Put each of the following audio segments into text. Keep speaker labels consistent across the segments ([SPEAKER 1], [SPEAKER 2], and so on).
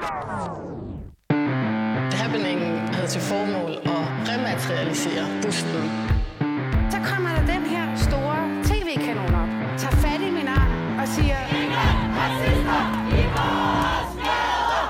[SPEAKER 1] Happeningen havde til formål at rematerialisere busten.
[SPEAKER 2] Så kommer der den her store tv-kanon op, tager fat i min arm og siger: Ingen racister i vores gader!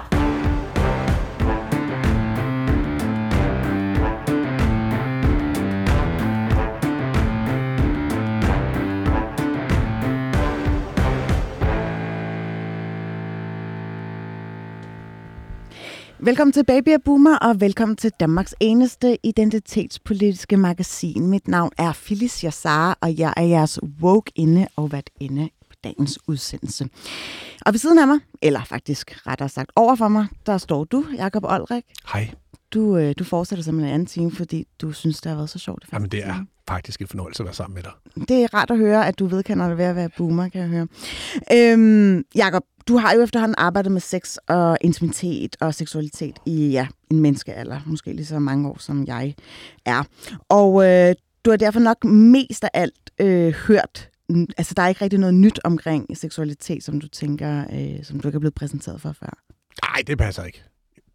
[SPEAKER 3] Velkommen til Baby & Boomer, og velkommen til Danmarks eneste identitetspolitiske magasin. Mit navn er Phyllis Jassar, og jeg er jeres woke-inde og vært-inde på dagens udsendelse. Og ved siden af mig, eller faktisk rettere sagt over for mig, der står du, Jakob Olrik.
[SPEAKER 4] Hej.
[SPEAKER 3] Du fortsætter simpelthen en anden time, fordi du synes, det har været så sjovt.
[SPEAKER 4] Jamen, det er faktisk en fornøjelse at være sammen med dig.
[SPEAKER 3] Det er rart at høre, at du vedkender dig ved at være boomer, kan jeg høre. Jakob, du har jo efterhånden arbejdet med sex og intimitet og seksualitet i en menneskealder. Måske lige så mange år, som jeg er. Og du har derfor nok mest af alt hørt. Altså, der er ikke rigtig noget nyt omkring seksualitet, som du tænker, som du ikke er blevet præsenteret for før.
[SPEAKER 4] Nej, det passer ikke.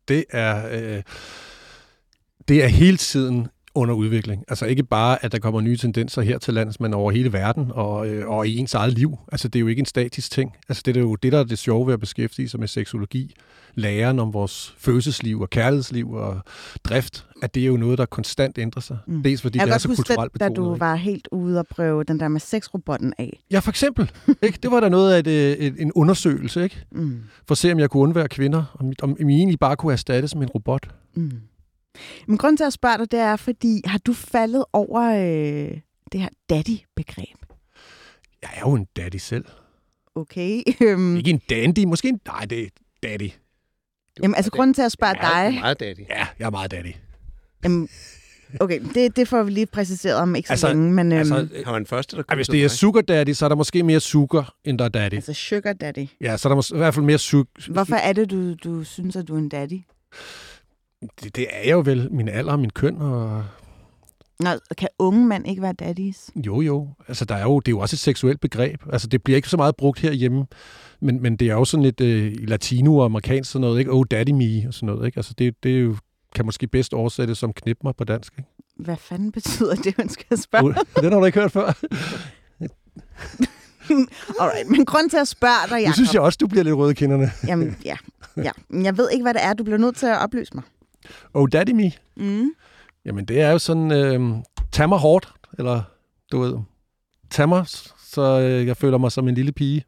[SPEAKER 4] Det er hele tiden under udvikling. Altså ikke bare, at der kommer nye tendenser her til lands, men over hele verden og i ens eget liv. Altså det er jo ikke en statisk ting. Altså det er jo det, der er det sjove ved at beskæftige sig med seksologi. Læren om vores følelsesliv og kærlighedsliv og drift, at det er jo noget, der konstant ændrer sig. Dels fordi det er så kulturelt betonet.
[SPEAKER 3] Da du var helt ude og prøve den der med sexrobotten af.
[SPEAKER 4] Ja, for eksempel. Ikke? Det var da noget af en undersøgelse, ikke? For at se, om jeg kunne undvære kvinder, om I egentlig bare kunne erstattes med en robot.
[SPEAKER 3] Men grunden til at spørge dig, det er, fordi har du faldet over det her daddy-begreb?
[SPEAKER 4] Jeg er jo en daddy selv.
[SPEAKER 3] Okay.
[SPEAKER 4] Ikke en dandy, måske en... Nej, det er daddy.
[SPEAKER 3] Jamen, altså grunden til at spørge dig...
[SPEAKER 5] Jeg er meget daddy.
[SPEAKER 4] Ja, jeg er meget daddy.
[SPEAKER 3] Jamen, okay, det får vi lige præciseret om ikke så længe, men...
[SPEAKER 5] har man første, der
[SPEAKER 4] hvis det er sugar daddy, så er der måske mere sugar, end der er daddy.
[SPEAKER 3] Altså sugar daddy.
[SPEAKER 4] Ja, så er der i hvert fald mere sugar.
[SPEAKER 3] Hvorfor er det, du synes, at du er en daddy?
[SPEAKER 4] Det er jo vel min alder og min køn. Og...
[SPEAKER 3] Nå, kan unge mænd ikke være daddies?
[SPEAKER 4] Jo. Altså, det er jo også et seksuelt begreb. Altså, det bliver ikke så meget brugt herhjemme, men det er jo sådan lidt latino og amerikansk sådan noget, ikke? Oh, daddy me og sådan noget, ikke? Altså, det er jo, kan måske bedst oversættes som knip mig på dansk, ikke?
[SPEAKER 3] Hvad fanden betyder det, man skal spørge?
[SPEAKER 4] Den har du ikke hørt før.
[SPEAKER 3] Alright, men grund til at spørge dig, Jacob...
[SPEAKER 4] Nu synes jeg også, du bliver lidt rød i kinderne.
[SPEAKER 3] Jamen, ja. Jeg ved ikke, hvad det er. Du bliver nødt til at oplyse mig.
[SPEAKER 4] Oh, daddy me? Jamen, det er jo sådan... tag mig hårdt, eller du ved... Tag mig, så jeg føler mig som en lille pige.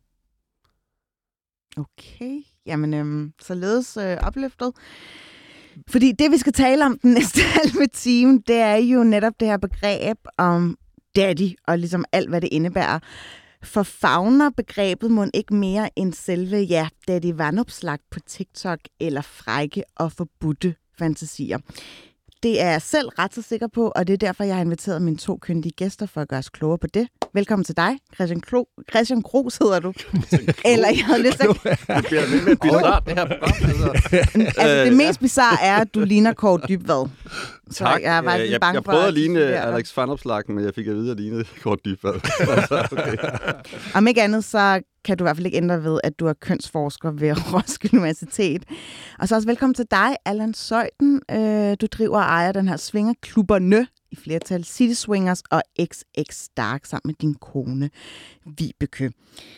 [SPEAKER 3] Okay. Jamen, således opløftet. Fordi det, vi skal tale om den næste halve time, det er jo netop det her begreb om daddy, og ligesom alt, hvad det indebærer. For favner begrebet må ikke mere end selve, daddy vandopslag på TikTok, eller frække og forbudte fantasier. Det er jeg selv ret så sikker på, og det er derfor, jeg har inviteret mine 2 kyndige gæster for at gøre os klogere på det. Velkommen til dig, Christian Kroos hedder du. Eller jeg havde lidt sagt...
[SPEAKER 5] Det bliver lidt mere bizarrt, det her program.
[SPEAKER 3] Altså, det mest bizarre er, at du ligner Kåre Dybvad.
[SPEAKER 5] Så tak. Jeg prøvede at ligne Alex Vanopslagh, men jeg fik at vide, at jeg lignede Kåre Dybvad. Okay.
[SPEAKER 3] Om ikke andet, så kan du i hvert fald ikke ændre ved, at du er kønsforsker ved Roskilde Universitet. Og så også velkommen til dig, Allan Zeuthen. Du driver og ejer den her svingerklubberne i flertal City Swingers og XX Dark sammen med din kone, Vibeke.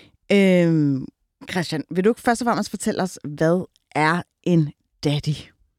[SPEAKER 3] Christian, vil du ikke først og fremmest fortælle os, hvad er en daddy?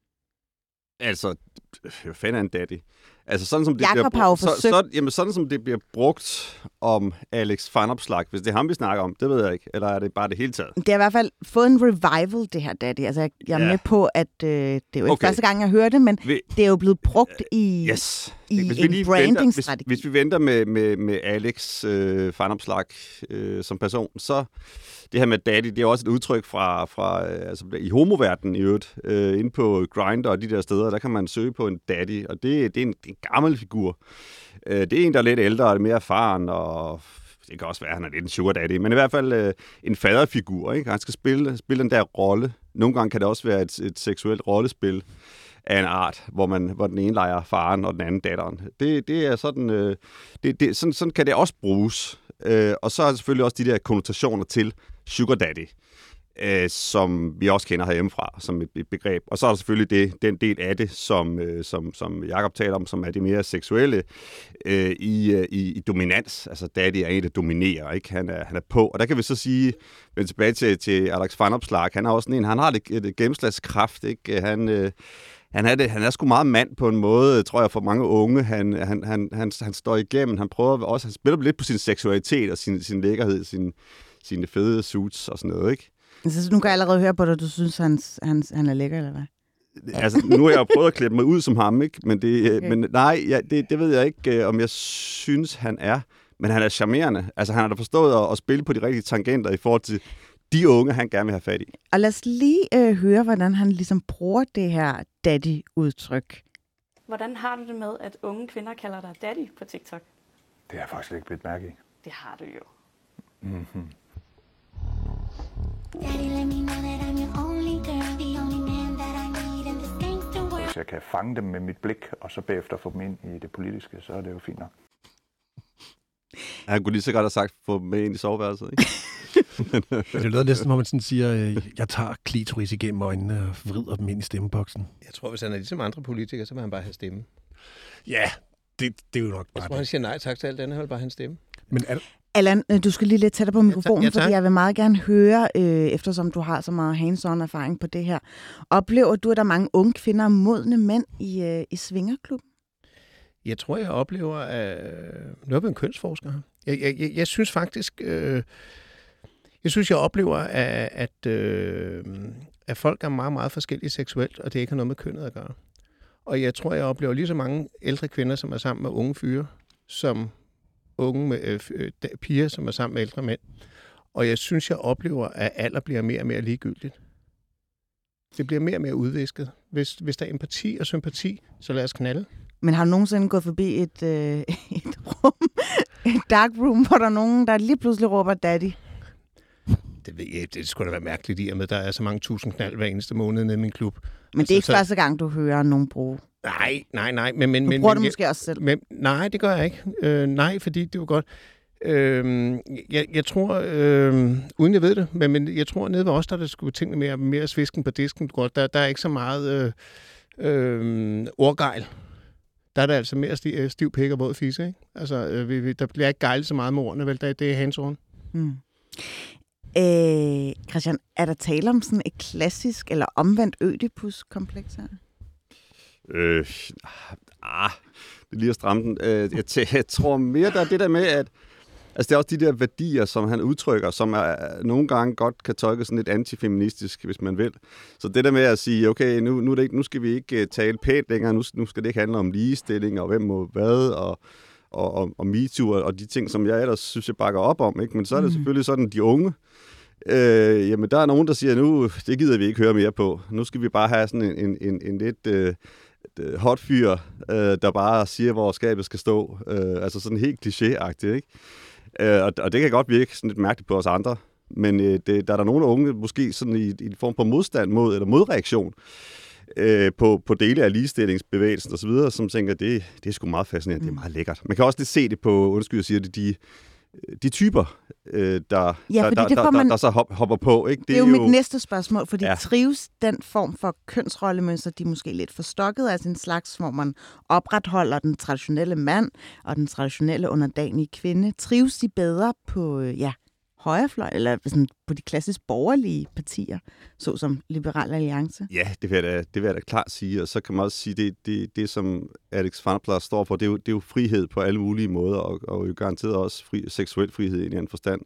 [SPEAKER 5] Altså, hvad fanden er en daddy? Altså sådan som det
[SPEAKER 3] Jacob
[SPEAKER 5] bliver sådan som det bliver brugt om Alex Vanopslagh, hvis det er ham vi snakker om, det ved jeg ikke, eller er det bare det hele taget?
[SPEAKER 3] Det har i hvert fald fået en revival, det her daddy. Altså jeg er med på, at det er jo ikke første gang jeg hører det, men det er jo blevet brugt i en brandingstrategi.
[SPEAKER 5] Hvis vi venter med Alex Vanopslagh som person, så det her med daddy, det er også et udtryk fra altså i homoverdenen i øvrigt. Inde på Grindr og de der steder, der kan man søge på en daddy, og det er en gammel figur. Det er en, der er lidt ældre og mere erfaren, og det kan også være, at han er lidt en sugar daddy, men i hvert fald en faderfigur, ikke? Han skal spille den der rolle. Nogle gange kan det også være et seksuelt rollespil af en art, hvor den ene leger faren og den anden datteren. Det er sådan, sådan kan det også bruges. Og så er der selvfølgelig også de der konnotationer til sugar daddy. som vi også kender herhjemmefra som et begreb. Og så er der selvfølgelig den del af det, som Jakob taler om, som er det mere seksuelle i dominans. Altså daddy er en, der dominerer, ikke? Han er på. Og der kan vi så sige, vende tilbage til Alex Vanopslagh, han har også sådan en, han har det gennemslagskraft, ikke? Han er sgu meget mand på en måde, tror jeg, for mange unge. Han står igennem, han spiller lidt på sin seksualitet og sin lækkerhed, sine fede suits og sådan noget, ikke?
[SPEAKER 3] Så nu kan jeg allerede høre på dig, du synes, han er lækker, eller hvad?
[SPEAKER 5] Altså, nu har jeg jo prøvet at klæde mig ud som ham, ikke? Men det ved jeg ikke, om jeg synes, han er. Men han er charmerende. Altså, han har da forstået at spille på de rigtige tangenter i forhold til de unge, han gerne vil have fat i.
[SPEAKER 3] Og lad os lige høre, hvordan han ligesom bruger det her daddy-udtryk.
[SPEAKER 6] Hvordan har du det med, at unge kvinder kalder dig daddy på TikTok?
[SPEAKER 7] Det har jeg faktisk ikke blivet mærke i.
[SPEAKER 6] Det har du jo.
[SPEAKER 7] Mm-hmm. Hvis jeg kan fange dem med mit blik, og så bagefter få dem ind i det politiske, så er det jo fint nok.
[SPEAKER 5] Han kunne lige så godt have sagt, få dem med ind i soveværelset, ikke?
[SPEAKER 4] Det lyder næsten, hvor man sådan siger, jeg tager klitoris igennem øjnene og vrider dem ind i stemmeboksen.
[SPEAKER 8] Jeg tror, hvis han er ligesom andre politikere, så vil han bare have stemme.
[SPEAKER 4] Ja, det er jo nok bare
[SPEAKER 8] jeg tror, han siger nej tak til alt andet, han vil bare have en stemme.
[SPEAKER 4] Men
[SPEAKER 3] Allan, du skal lige lidt tættere på mikrofonen,
[SPEAKER 8] ja,
[SPEAKER 3] fordi jeg vil meget gerne høre, eftersom du har så meget hands-on erfaring på det her. Oplever du, at der er mange unge kvinder og modne mænd i svingerklubben?
[SPEAKER 8] Jeg tror, jeg oplever, at nu er vi en kønsforsker. Jeg synes faktisk, jeg oplever, at folk er meget, meget forskellige seksuelt, og det ikke har noget med kønnet at gøre. Og jeg tror, jeg oplever lige så mange ældre kvinder, som er sammen med unge fyre, som unge med piger, som er sammen med ældre mænd. Og jeg synes, jeg oplever, at alder bliver mere og mere ligegyldigt. Det bliver mere og mere udvisket. Hvis der er empati og sympati, så lad os knalde. Men
[SPEAKER 3] har du nogensinde gået forbi et rum, et dark room, hvor der er nogen, der lige pludselig råber daddy?
[SPEAKER 8] Det ved jeg, det skulle da være mærkeligt i, at der er så mange tusind knald hver eneste måned nede i min klub.
[SPEAKER 3] Men det er ikke første gang, du hører nogen bruge?
[SPEAKER 8] Nej.
[SPEAKER 3] Du bruger det måske også selv?
[SPEAKER 8] Nej, det gør jeg ikke. Nej, fordi det var godt. Jeg tror, uden jeg ved det, men jeg tror, nede ved os, der skulle tingene mere svisken på disken. Der er ikke så meget ordgejl. Der er der altså mere stiv pik og våd fisse, ikke? Altså, der bliver ikke gejlet så meget med ordene, vel? Det er hands-on.
[SPEAKER 3] Christian, er der tale om sådan et klassisk eller omvendt Ødipus-kompleks her?
[SPEAKER 5] Det er lige at stramme den. Jeg tror mere, der er det der med, at altså, det er også de der værdier, som han udtrykker, som er nogle gange godt kan tolkes sådan lidt antifeministisk, hvis man vil. Så det der med at sige, okay, nu skal vi ikke tale pænt længere, nu skal det ikke handle om ligestilling, og hvem må hvad, og MeToo, og de ting, som jeg ellers synes, jeg bakker op om, ikke? Men så er det selvfølgelig sådan, de unge, jamen der er nogen, der siger, nu, det gider vi ikke høre mere på. Nu skal vi bare have sådan en lidt hot fyr, der bare siger, hvor skabet skal stå. Altså sådan helt kliché-agtigt, ikke? Og det kan godt virke sådan lidt mærkeligt på os andre, men der er der nogle unge, måske sådan i en form for modstand mod, eller modreaktion på dele af ligestillingsbevægelsen og så videre, som tænker, det er sgu meget fascinerende, det er meget lækkert. Man kan også lidt se det på, undskyld, jeg siger det, de typer, der så hopper på. Ikke?
[SPEAKER 3] Det er jo mit næste spørgsmål, fordi trives den form for kønsrollemønster, de er måske lidt forstokket af sin slags, hvor man opretholder den traditionelle mand og den traditionelle underdanige kvinde. Trives de bedre på højrefløj, eller sådan på de klassisk borgerlige partier, såsom Liberal Alliance?
[SPEAKER 5] Ja, det vil jeg da klart sige, og så kan man også sige, det som Alex Vanopslagh står for, det er jo frihed på alle mulige måder, og jo garanteret også seksuel frihed i en anden forstand.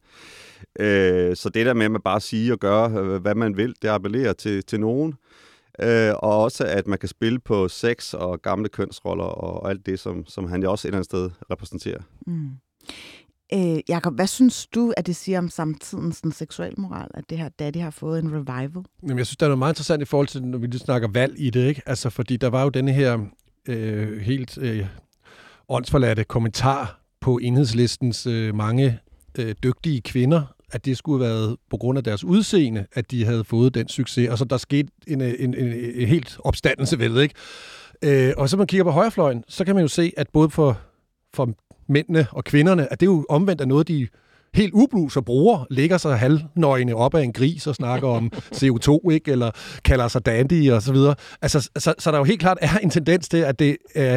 [SPEAKER 5] Så det der med, at man bare siger og gøre, hvad man vil, det appellerer til nogen, og også, at man kan spille på sex og gamle kønsroller, og alt det, som han jo også et eller andet sted repræsenterer.
[SPEAKER 3] Jakob, hvad synes du, at det siger om samtidens seksualmoral, at det her daddy har fået en revival?
[SPEAKER 4] Jamen, jeg synes, det er noget meget interessant i forhold til, når vi snakker valg i det, ikke? Altså, fordi der var jo denne her helt åndsforladte kommentar på Enhedslistens mange dygtige kvinder, at det skulle have været på grund af deres udseende, at de havde fået den succes. Og så der skete en helt opstandelse ved det, ikke? Og så man kigger på højrefløjen, så kan man jo se, at både for mændene og kvinderne, at det er jo omvendt af noget, de helt ublus og bruger, ligger sig halvnøgne op af en gris og snakker om CO2, ikke? Eller kalder sig dandy og så videre. Altså, så der jo helt klart er en tendens til, at det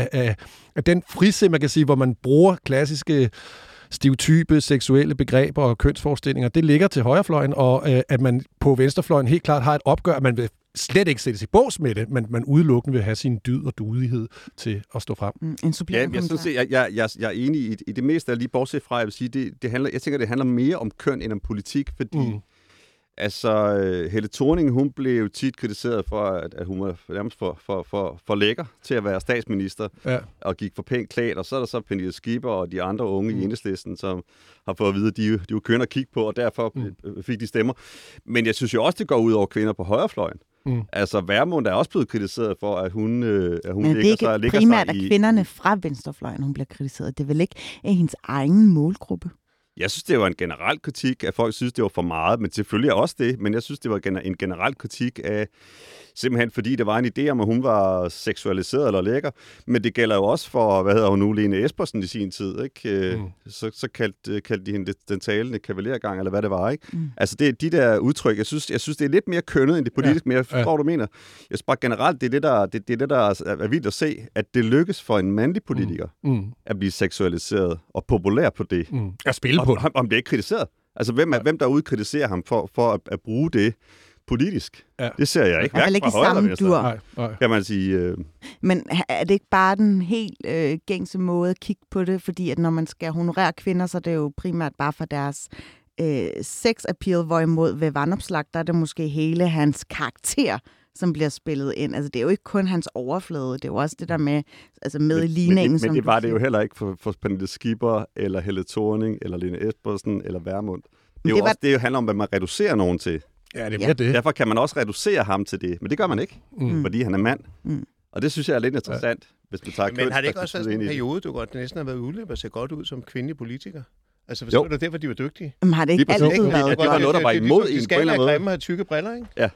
[SPEAKER 4] at den frisind, man kan sige, hvor man bruger klassiske stereotype seksuelle begreber og kønsforestillinger, det ligger til højrefløjen, og at man på venstrefløjen helt klart har et opgør, at man vil slet ikke sættes i bås med det, men man udelukkende vil have sin dyd og dudighed til at stå frem.
[SPEAKER 3] En supplerende
[SPEAKER 5] jeg er enig i det meste, lige bortset fra, jeg vil sige, jeg tænker, det handler mere om køn end om politik, fordi altså, Helle Thorning, hun blev tit kritiseret for, at hun var nærmest for lækker til at være statsminister, og gik for pænt klædt, og så er der så Pernille Skipper og de andre unge i Enhedslisten, som har fået at vide, at de var køn at kigge på, og derfor fik de stemmer. Men jeg synes jo også, det går ud over kvinder på højrefløjen. Altså, Vermund er også blevet kritiseret for, at hun
[SPEAKER 3] men
[SPEAKER 5] ligger sig i...
[SPEAKER 3] Men det er ikke primært af kvinderne fra venstrefløjen, hun bliver kritiseret. Det er vel ikke af hendes egen målgruppe?
[SPEAKER 5] Jeg synes, det var en generel kritik, at folk synes, det var for meget, men selvfølgelig er også det, men jeg synes, det var en generel kritik af, simpelthen fordi det var en idé om, at hun var seksualiseret eller lækker, men det gælder jo også for, hvad hedder hun nu, Lene Espersen i sin tid, ikke? Så kaldte de hende den talende kavalergang, eller hvad det var, ikke? Altså, det er de der udtryk, jeg synes, det er lidt mere kønnet end det politiske, men jeg forstår, du mener. Jeg synes bare generelt, det er det, der er vildt at se, at det lykkes for en mandlig politiker at blive seksualiseret og populær på det.
[SPEAKER 4] At spille på det.
[SPEAKER 5] Om det er ikke kritiseret. Altså, hvem derude kritiserer ham for at bruge det politisk? Ja. Det ser jeg ikke.
[SPEAKER 3] Det er vel ikke i samme dur.
[SPEAKER 5] Kan man sige.
[SPEAKER 3] Men er det ikke bare den helt gængse måde at kigge på det? Fordi at når man skal honorere kvinder, så er det jo primært bare for deres sex appeal, hvorimod ved Vanopslagh, der er det måske hele hans karakter, som bliver spillet ind. Altså, det er jo ikke kun hans overflade, det er jo også det der med, altså med ligningen.
[SPEAKER 5] Men det var det jo heller ikke for Pernille Skipper, eller Helle Thorning, eller Lene Espersen, eller Vermund. Det handler om, hvad man reducerer nogen til.
[SPEAKER 4] Ja, det er mere det.
[SPEAKER 5] Derfor kan man også reducere ham til det, men det gør man ikke, fordi han er mand. Og det synes jeg er lidt interessant, hvis man tager køn.
[SPEAKER 8] Men har det ikke også været en periode, du godt næsten har været udløbet og ser godt ud som kvindelig politiker? Altså, forstår du derfor, de var dygtige?
[SPEAKER 3] Men har det ikke altid været?
[SPEAKER 5] Det var noget, der var imod en på en eller anden måde.
[SPEAKER 8] De skal have tykke briller, ikke?
[SPEAKER 5] Ja.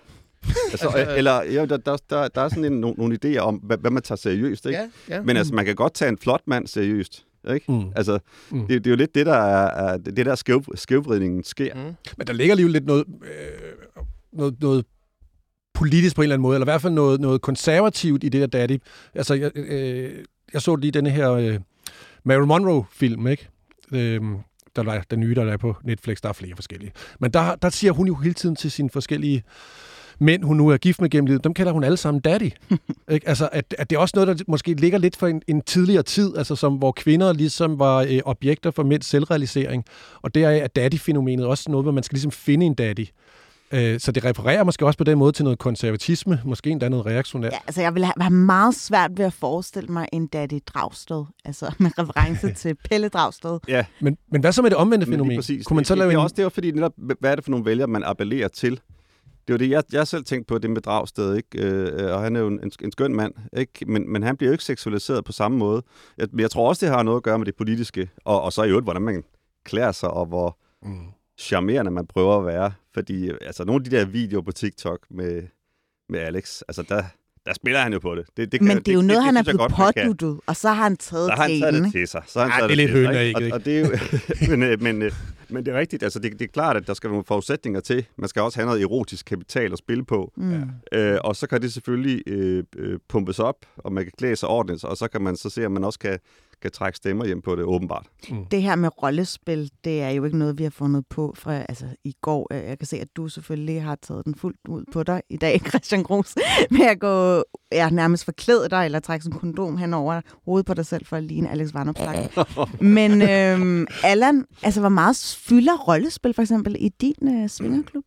[SPEAKER 5] Der er sådan nogle idéer om, hvad man tager seriøst, ikke? Ja. Men altså, man kan godt tage en flot mand seriøst, ikke? Altså, det er jo lidt det, der er det der skævvridningen sker.
[SPEAKER 4] Men der ligger alligevel lidt noget politisk på en eller anden måde, eller i hvert fald noget konservativt i det der daddy. Altså, jeg så lige denne her Marilyn Monroe-film, ikke? Den nye, der er på Netflix, der er flere forskellige. Men der siger hun jo hele tiden til sine forskellige mænd, hun nu er gift med gennem livet, dem kalder hun alle sammen daddy. Ikke? Altså, at det er også noget, der måske ligger lidt for en tidligere tid, altså hvor kvinder ligesom var objekter for mænds selvrealisering. Og der er daddy-fænomenet også noget, hvor man skal ligesom finde en daddy. Så det refererer måske også på den måde til noget konservatisme, måske endda noget reaktionært. Ja,
[SPEAKER 3] altså jeg vil have meget svært ved at forestille mig en Daddy Dragsted, altså med reference til Pelle Dragsted.
[SPEAKER 5] Ja.
[SPEAKER 4] Men hvad så med det omvendte fænomen?
[SPEAKER 5] Kunne man så lave det er fordi, netop, hvad er det for nogle vælgere, man appellerer til? Det var det, jeg selv tænkte på, det med Dragsted, ikke? Og han er jo en skøn mand, ikke? Men han bliver jo ikke seksualiseret på samme måde. Jeg tror også, det har noget at gøre med det politiske, og så i øvrigt, hvordan man klæder sig, og hvor charmerende man prøver at være. Fordi altså, nogle af de der videoer på TikTok med Alex, altså der spiller han jo på det.
[SPEAKER 3] Men det er jo noget, han er blevet påduttet, og så har han taget
[SPEAKER 5] det til sig.
[SPEAKER 4] Det er lidt højner, ikke?
[SPEAKER 5] Og det er jo, men det er rigtigt. Altså, det er klart, at der skal nogle forudsætninger til. Man skal også have noget erotisk kapital at spille på. Og så kan det selvfølgelig pumpes op, og man kan klæde sig ordentligt, og så kan man så se, at man også kan trække stemmer hjem på det, åbenbart.
[SPEAKER 3] Det her med rollespil, det er jo ikke noget, vi har fundet på fra i går. Jeg kan se, at du selvfølgelig har taget den fuldt ud på dig i dag, Christian Grus, med at gå nærmest forklæde dig, eller trække sådan en kondom hen over hovedet på dig selv, for at ligne Alex Vanopslagh. Men Allan, altså hvor meget fylder rollespil for eksempel i din svingerklub?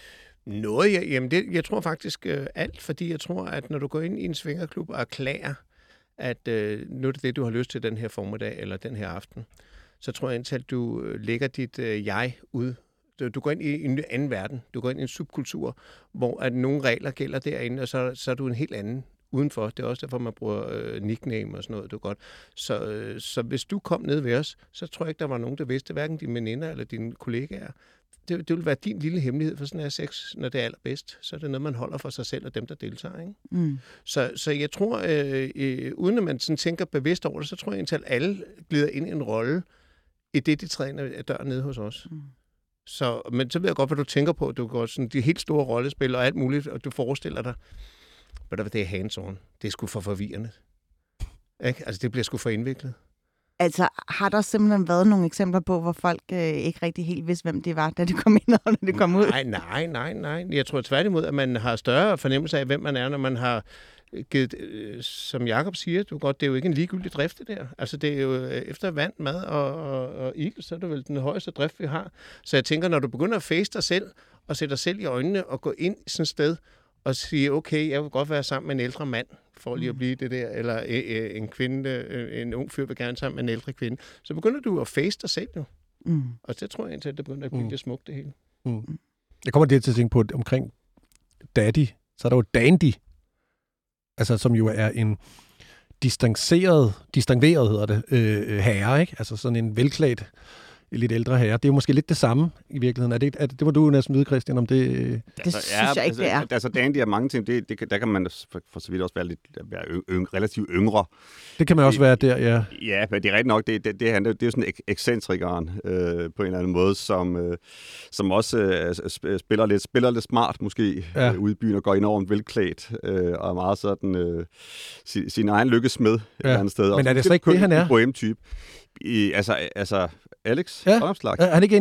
[SPEAKER 8] Jeg tror faktisk alt, fordi jeg tror, at når du går ind i en svingerklub og erklærer, at nu er det, du har lyst til den her formiddag eller den her aften, så tror jeg indtil, at du lægger dit jeg ud. Du går ind i en anden verden. Du går ind i en subkultur, hvor at nogle regler gælder derinde, og så er du en helt anden udenfor. Det er også derfor, man bruger nickname og sådan noget. Det er godt. Så hvis du kom ned ved os, så tror jeg ikke, der var nogen, der vidste, hverken dine veninder eller dine kollegaer. Det vil være din lille hemmelighed for sådan her sex, når det er allerbedst. Så er det noget, man holder for sig selv og dem, der deltager. Ikke? Så jeg tror, uden at man sådan tænker bevidst over det, så tror jeg, at alle glider ind i en rolle i det, de træder ind af døren nede hos os. Så, men så ved jeg godt, hvad du tænker på. Du går sådan de helt store rollespil og alt muligt, og du forestiller dig, hvad det er hands-on. Det er sgu for forvirrende. Ikke? Altså, det bliver sgu for indviklet.
[SPEAKER 3] Altså, har der simpelthen været nogle eksempler på, hvor folk ikke rigtig helt vidste, hvem det var, da de kom ind, og når de kom ud?
[SPEAKER 8] Nej. Jeg tror tværtimod, at man har større fornemmelse af, hvem man er, når man har givet, som Jakob siger, det er jo ikke en ligegyldig drift, det der. Altså, det er jo efter vand, mad og ild, så er det vel den højeste drift, vi har. Så jeg tænker, når du begynder at face dig selv, og sætte dig selv i øjnene, og gå ind i sådan et sted, og sige, okay, jeg vil godt være sammen med en ældre mand, for lige at blive det der, eller en kvinde, en ung fyr vil gerne sammen med en ældre kvinde. Så begynder du at face dig selv jo. Og det tror jeg indtil, at det begynder at blive lidt smukt, det hele.
[SPEAKER 4] Jeg kommer til at tænke på, omkring daddy, så er der jo dandy, altså som jo er en distanceret hedder det, herre, ikke? Altså sådan en velklædt, lidt ældre herre. Det er jo måske lidt det samme i virkeligheden. Det var du næsten ude, Christian, om det...
[SPEAKER 3] Det synes jeg ikke, det er.
[SPEAKER 5] Altså, dandy er mange ting. Der kan man for så vidt også være relativt yngre.
[SPEAKER 4] Det kan man også være der, ja.
[SPEAKER 5] Ja, men det er rigtigt nok. Det er jo sådan ekscentrikeren på en eller anden måde, som også spiller lidt smart måske ude i byen og går enormt velklædt og er meget sådan sin egen lykkesmed et eller andet sted.
[SPEAKER 4] Men er det slet ikke det, han er?
[SPEAKER 5] En bohem-type. Altså Alex Vanopslagh.
[SPEAKER 4] Er han ikke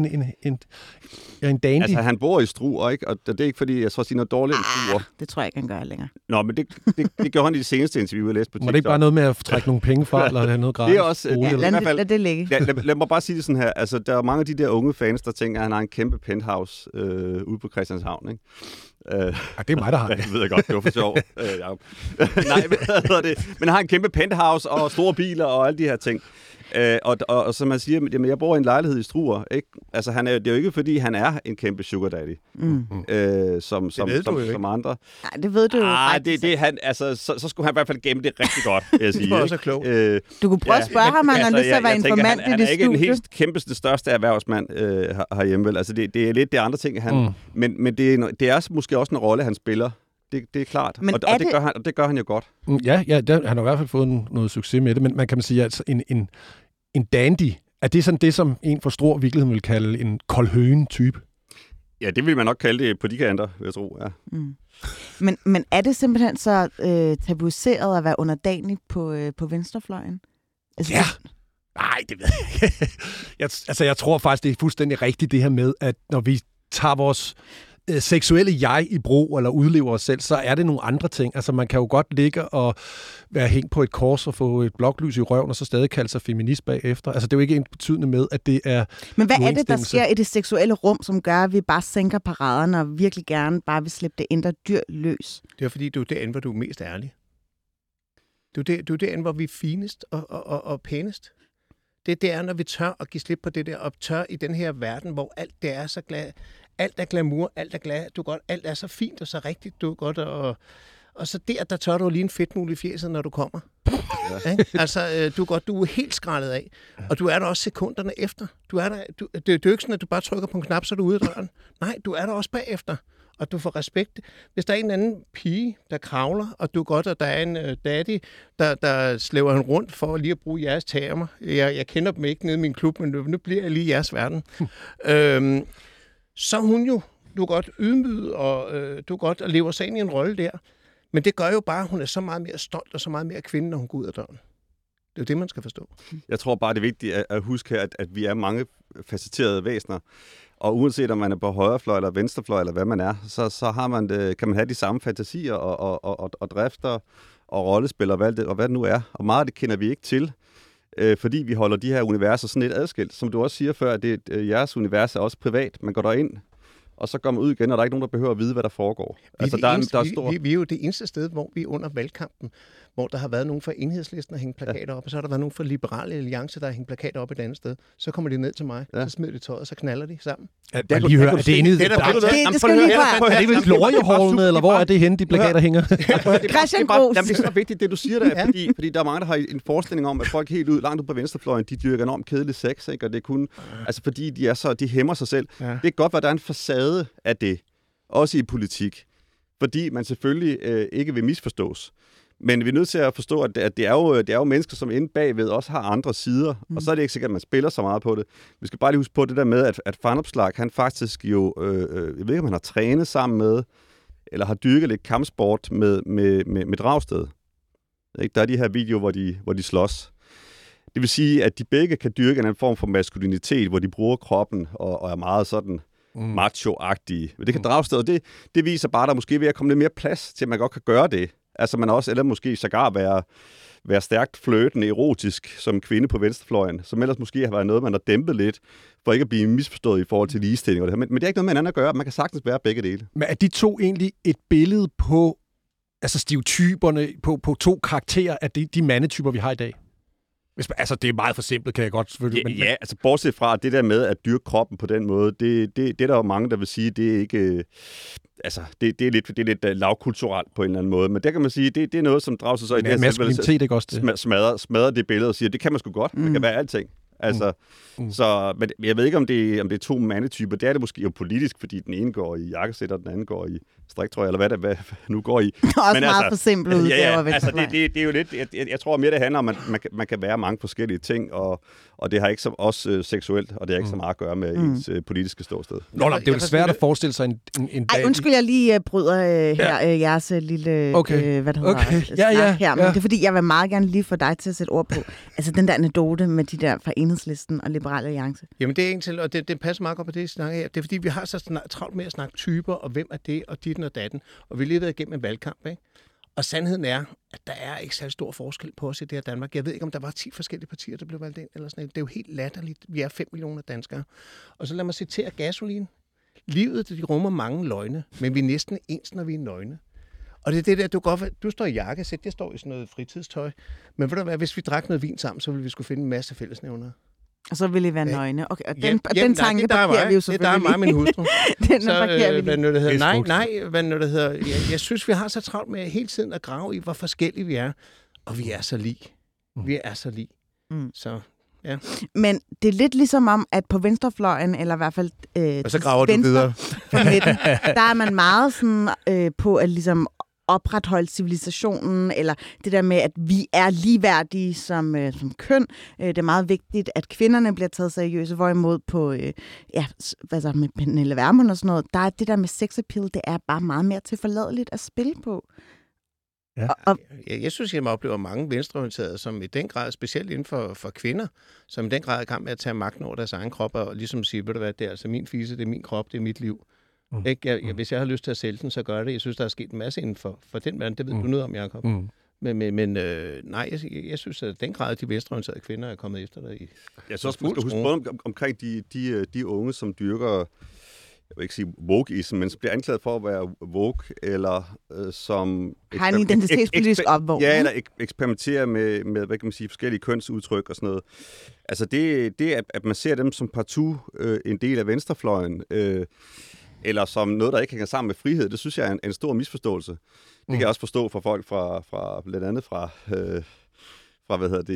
[SPEAKER 4] en dandy?
[SPEAKER 5] Altså, han bor i Struer, ikke? Og det er ikke, fordi jeg tror, at sige noget dårligt om Struer.
[SPEAKER 3] Det tror jeg ikke, han gør længere.
[SPEAKER 5] Nå, men det gjorde han i det seneste interview, jeg læste på TikTok.
[SPEAKER 4] Må det ikke bare noget med at trække nogle penge fra, eller have noget gratis?
[SPEAKER 5] Det er også...
[SPEAKER 3] Lad det ligge.
[SPEAKER 5] Lad mig bare sige det sådan her. Altså, der er mange af de der unge fans, der tænker, at han har en kæmpe penthouse ude på Christianshavn, ikke?
[SPEAKER 4] Det er mig, der har det.
[SPEAKER 5] Det ved jeg godt, det var for sjov. Nej, hvad hedder det? Men han har en kæmpe penthouse og store biler og alle de her ting. Og som man siger, jamen, jeg bor i en lejlighed i Struer, ikke? Altså, det er jo ikke, fordi han er en kæmpe sugar daddy, som andre.
[SPEAKER 3] Nej, det ved du jo.
[SPEAKER 5] Så skulle han i hvert fald gemme det rigtig godt, vil jeg sige.
[SPEAKER 8] Det var også klogt.
[SPEAKER 3] Du kunne prøve at spørge ham, han har lyst til at være informant i det studie.
[SPEAKER 5] Han er ikke den helt kæmpeste, største erhvervsmand herhjemme, vel? Altså, det er lidt det andre ting, men det er måske også en rolle, han spiller. Det er klart, og det gør han jo godt.
[SPEAKER 4] Ja, han har i hvert fald fået noget succes med det, men man kan sige, at en dandy, er det sådan det, som en for stor virkelighed vil kalde en koldhøen-type?
[SPEAKER 5] Ja, det vil man nok kalde det på de kanter, vil jeg tro, ja.
[SPEAKER 3] Men er det simpelthen så tabuiseret at være underdanig på venstrefløjen? Altså,
[SPEAKER 4] ja. Nej, det ved jeg ikke. Jeg tror faktisk, det er fuldstændig rigtigt det her med, at når vi tager vores seksuelle jeg i brug, eller udlever os selv, så er det nogle andre ting. Altså, man kan jo godt ligge og være hængt på et kors og få et bloklys i røven, og så stadig kalde sig feminist bagefter. Altså, det er jo ikke ensbetydende med, at det er...
[SPEAKER 3] Men hvad er det, der sker i det seksuelle rum, som gør, at vi bare sænker paraderne og virkelig gerne bare vil slippe det indre dyr løs?
[SPEAKER 8] Det er fordi, du er derinde, hvor du er mest ærlig. Du er derinde, hvor vi er finest og pænest. Det er, når vi tør at give slip på det der, og tør i den her verden, hvor alt det er så glad. Alt er glamour, alt er glad, alt er så fint og så rigtigt, du er godt, og så der tør du lige en fedtmul i fjeset, når du kommer. Ja. Altså, du er helt skrællet af, og du er der også sekunderne efter. Det er jo ikke sådan, at du bare trykker på en knap, så er du ude af døren. Nej, du er der også bagefter, og du får respekt. Hvis der er en anden pige, der kravler, og du er godt, og der er en daddy, der slæver han rundt for lige at bruge jeres termer. Jeg kender dem ikke nede i min klub, men nu bliver jeg lige i jeres verden. Så hun jo, du er godt ydmyget, og du er godt at leve sig ind i en rolle der. Men det gør jo bare, at hun er så meget mere stolt og så meget mere kvinde, når hun går ud af døren. Det er jo det, man skal forstå.
[SPEAKER 5] Jeg tror bare, det er vigtigt at huske her, at vi er mange facetterede væsener. Og uanset om man er på højrefløj eller venstrefløj, eller hvad man er, så har man kan man have de samme fantasier og drifter og rollespil og hvad det nu er. Og meget af det kender vi ikke til, fordi vi holder de her universer sådan lidt adskilt. Som du også siger før, at jeres univers er også privat. Man går derind, og så går man ud igen, og der er ikke nogen, der behøver at vide, hvad der foregår.
[SPEAKER 8] Vi er jo det eneste sted, hvor vi under valgkampen, hvor der har været nogen fra Enhedslisten, der hængt plakater op, og så har der været nogen fra Liberale Alliance, der har hængt plakater op et andet sted. Så kommer de ned til mig, så smider de tøjet, og så knaller de sammen.
[SPEAKER 4] Er det Gloriehallen, eller hvor er det henne, de plakater hænger?
[SPEAKER 3] Christian Gros.
[SPEAKER 5] Det er så vigtigt, det du siger der, fordi der er mange, der har en forestilling om, at folk helt langt ud på venstrefløjen, de dyrker enormt kedelig sex, ikke? Og det er kun, altså fordi de hæmmer sig selv. Ja. Det er godt, at der er en facade af det, også i politik, fordi man selvfølgelig ikke vil misforstås. Men vi er nødt til at forstå, at det er jo mennesker, som inde bagved også har andre sider, og så er det ikke sikkert, at man spiller så meget på det. Vi skal bare lige huske på det der med, at Vanopslagh, han faktisk jo, jeg ved ikke, om han har trænet sammen med, eller har dyrket lidt kampsport med Dragsted. Der er de her videoer, hvor de slås. Det vil sige, at de begge kan dyrke en form for maskulinitet, hvor de bruger kroppen og er meget sådan macho-agtige. Men det kan Dragsted, og det viser bare, at der måske vil komme lidt mere plads til, at man godt kan gøre det. Altså man også, eller måske sågar være stærkt flirtende, erotisk som kvinde på venstrefløjen, som ellers måske har været noget, man har dæmpet lidt, for ikke at blive misforstået i forhold til ligestilling. Og det her. Men det er ikke noget med hinanden at gøre. Man kan sagtens være begge dele.
[SPEAKER 4] Men er de to egentlig et billede på altså stereotyperne, på to karakterer af de mandetyper, vi har i dag? Altså, det er meget for simpelt, kan jeg godt selvfølgelig.
[SPEAKER 5] Ja, altså bortset fra det der med at dyrke kroppen på den måde, det er der jo mange, der vil sige, det er ikke... Altså, det er lidt lavkulturelt på en eller anden måde, men der kan man sige, det er noget, som drager sig så i det
[SPEAKER 4] maskulinitet, ikke også det?
[SPEAKER 5] Smadrer det billede og siger, det kan man sgu godt, det kan være alting. Altså, så, men jeg ved ikke, om det er to mandetyper. Det er det måske jo politisk, fordi den ene går i jakkesæt, og den anden går i striktrøje, eller hvad nu går i.
[SPEAKER 3] Også men meget altså, for simpelt udgaver.
[SPEAKER 5] Altså, det er jo lidt... Jeg tror mere, det handler om, at man kan være mange forskellige ting, og det har ikke også seksuelt, og det har ikke så meget at gøre med ens politiske ståsted.
[SPEAKER 4] Nå, det er jo svært at forestille sig en dag...
[SPEAKER 3] Ej, undskyld, jeg lige bryder jeres lille...
[SPEAKER 4] Okay.
[SPEAKER 3] Hvad det hedder, her. Men det er fordi, jeg vil meget gerne lige få dig til at sætte ord på. Altså den der anekdote med de der fra Enhedslisten og Liberal Alliance.
[SPEAKER 8] Jamen det er en til, og det passer meget godt på det, I snakker her. Det er fordi, vi har så travlt med at snakke typer, og hvem er det, og ditten og datten. Og vi har lige været igennem en valgkamp, ikke? Og sandheden er, at der er ikke særlig stor forskel på os i det her Danmark. Jeg ved ikke, om der var 10 forskellige partier, der blev valgt ind, eller sådan noget. Det er jo helt latterligt. Vi er 5 millioner danskere. Og så lad mig citere Gasolin. Livet, det rummer mange løgne, men vi er næsten ens, når vi er nøgne. Og det er det der, du står i jakkesæt, jeg står i sådan noget fritidstøj. Men ved du hvad, hvis vi drak noget vin sammen, så ville vi skulle finde en masse fællesnævnere.
[SPEAKER 3] Og så ville I være nøgne. Okay, og den tanke parkerer vi jo selvfølgelig.
[SPEAKER 8] Det er mig og min hustru.
[SPEAKER 3] Den parkerer vi
[SPEAKER 8] hvad nu det hedder. Hvad nu det hedder. Jeg synes, vi har så travlt med hele tiden at grave i, hvor forskellige vi er. Og vi er så lig. Vi er så lig. Så... Ja.
[SPEAKER 3] Men det er lidt ligesom om, at på venstrefløjen, eller i hvert fald
[SPEAKER 8] og så graver du videre.
[SPEAKER 3] Midten, der er man meget sådan, på at ligesom opretholde civilisationen, eller det der med, at vi er ligeværdige som køn. Det er meget vigtigt, at kvinderne bliver taget seriøse, hvorimod på med Pernille Vermund og sådan noget, der er det der med sex appeal, det er bare meget mere tilforladeligt at spille på.
[SPEAKER 8] Ja. Jeg synes, jeg oplever mange venstreorienterede, som i den grad, specielt inden for kvinder, som i den grad er i gang med at tage magten over deres egen krop, og ligesom sige, ved du hvad, det er altså min fise, det er min krop, det er mit liv. Hvis jeg har lyst til at sælge den, så gør det. Jeg synes, der er sket en masse inden for den verden. Det ved du noget om, Jacob. Men nej, jeg synes, at den grad, de venstreorienterede kvinder er kommet efter dig.
[SPEAKER 5] Jeg synes også, man skal huske både omkring de unge, som dyrker, jeg vil ikke sige wokeism, men som bliver anklaget for at være woke, eller som...
[SPEAKER 3] Har en identitetspolitisk opvågning.
[SPEAKER 5] Ja, eller eksperimenterer med, hvad kan man sige, forskellige kønsudtryk og sådan noget. Altså det at man ser dem som partout en del af venstrefløjen, eller som noget, der ikke hænger sammen med frihed, det synes jeg er en stor misforståelse. Det kan jeg også forstå fra folk fra blandt andet fra hvad hedder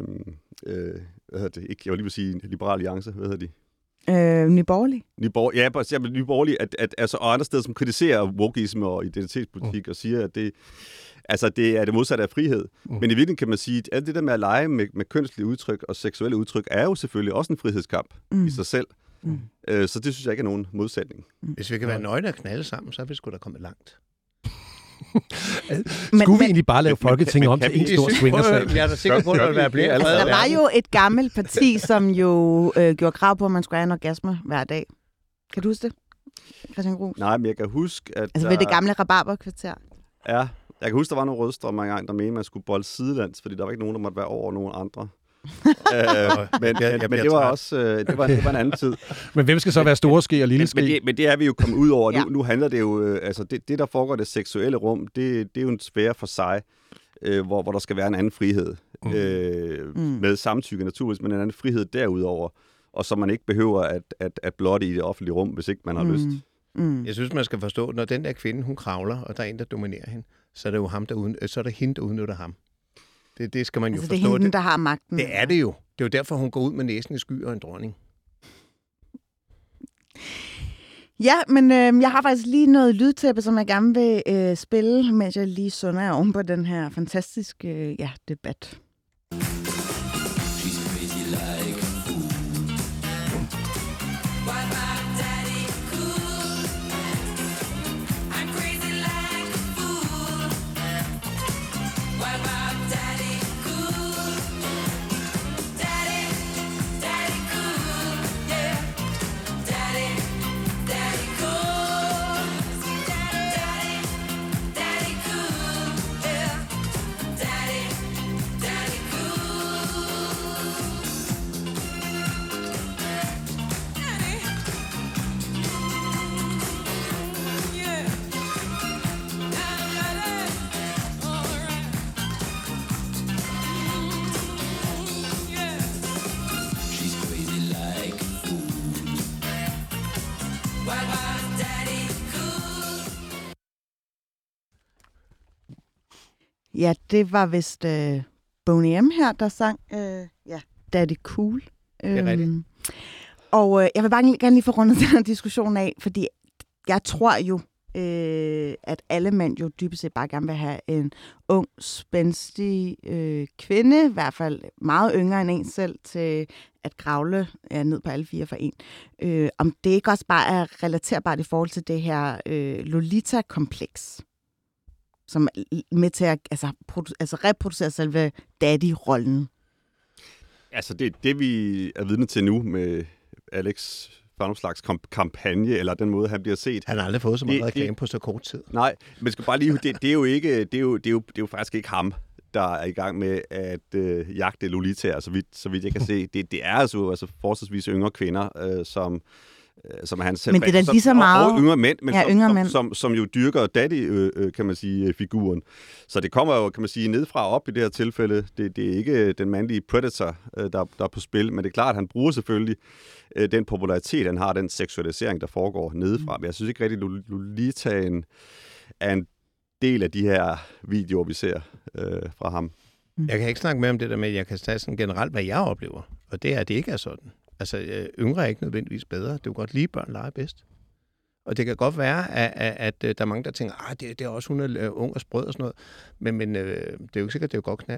[SPEAKER 5] det, ikke, jeg vil lige vil sige Liberal Alliance, hvad hedder de?
[SPEAKER 3] Nye Borgerlige.
[SPEAKER 5] Nye Borgerlige, altså, og andre steder, som kritiserer wokeism og identitetspolitik og siger, at det er det modsatte af frihed. Men i virkeligheden kan man sige, at alt det der med at lege med kønslige udtryk og seksuelle udtryk, er jo selvfølgelig også en frihedskamp i sig selv. Så det synes jeg ikke er nogen modsætning.
[SPEAKER 8] Hvis vi kan være nøgne og knalde sammen, så er vi sgu da kommet langt.
[SPEAKER 4] Skulle vi egentlig bare lave Folketinget om til en stor swingersag?
[SPEAKER 8] Jeg er da sikker på, at det vil være allerede.
[SPEAKER 3] Der var jo et gammelt parti, som jo gjorde krav på, at man skulle have en orgasme hver dag. Kan du huske det, Christian Gruus?
[SPEAKER 5] Nej, men jeg kan huske, at...
[SPEAKER 3] Altså ved det gamle rabarberkvarter.
[SPEAKER 5] Ja, jeg kan huske, der var nogle rødstrømmer engang, der mente, at man skulle bolde sidelands, fordi der var ikke nogen, der måtte være over nogen andre. Men det var også det var en anden tid.
[SPEAKER 4] Men hvem skal så være store ske og lille ske?
[SPEAKER 5] Men det er vi jo kommet ud over. Ja. Nu handler det jo, altså det der foregår det seksuelle rum, det er jo en sfære for sig, hvor der skal være en anden frihed. Med samtykke naturligvis, men en anden frihed derudover. Og så man ikke behøver at blotte i det offentlige rum, hvis ikke man har lyst.
[SPEAKER 8] Jeg synes, man skal forstå, når den der kvinde, hun kravler, og der er en, der dominerer hende, så er det jo så er det hende, der udnytter ham. Det skal man jo forstå.
[SPEAKER 3] Det er hende, der har magten.
[SPEAKER 8] Det er det jo. Det er jo derfor, hun går ud med næsen i sky og en dronning.
[SPEAKER 3] Ja, men jeg har faktisk lige noget lydtæppe, som jeg gerne vil spille, mens jeg lige sunder oven på den her fantastiske debat. Ja, det var vist Boney M her, der sang Daddy Cool.
[SPEAKER 8] Det er rigtigt.
[SPEAKER 3] Og jeg vil bare gerne lige få rundet den her diskussion af, fordi jeg tror jo, at alle mænd jo dybest set bare gerne vil have en ung, spændstig kvinde, i hvert fald meget yngre end en selv, til at kravle ned på alle fire for en. Om det ikke også bare er relaterbart i forhold til det her Lolita-kompleks, som er med til at reproducere selve daddy-rollen.
[SPEAKER 5] Altså det vi er vidne til nu med Alex Vanopslaghs kampagne, eller den måde, han bliver set.
[SPEAKER 8] Han har aldrig fået så meget reklame på så kort tid.
[SPEAKER 5] Nej, men skal bare lige, det er jo faktisk ikke ham, der er i gang med at jagte Lolita, så vidt jeg kan se. Det er altså forholdsvis yngre kvinder, som er hans...
[SPEAKER 3] Men det er da lige så meget...
[SPEAKER 5] Og yngre mænd, men
[SPEAKER 3] yngre
[SPEAKER 5] som jo dyrker daddy, kan man sige, figuren. Så det kommer jo, kan man sige, nedefra op i det her tilfælde. Det er ikke den mandlige predator, der er på spil, men det er klart, at han bruger selvfølgelig den popularitet, han har, den seksualisering, der foregår nedefra. Men jeg synes ikke rigtig, at Lolita er en del af de her videoer, vi ser fra ham.
[SPEAKER 8] Jeg kan ikke snakke mere om det der med, at jeg kan tage sådan generelt, hvad jeg oplever. Og det er, at det ikke er sådan. Altså, yngre er ikke nødvendigvis bedre. Det er jo godt lige, børn leger bedst. Og det kan godt være, at der er mange, der tænker, det er også, hun er ung og sprød og sådan noget. Men det er jo ikke sikkert, det er jo godt knald.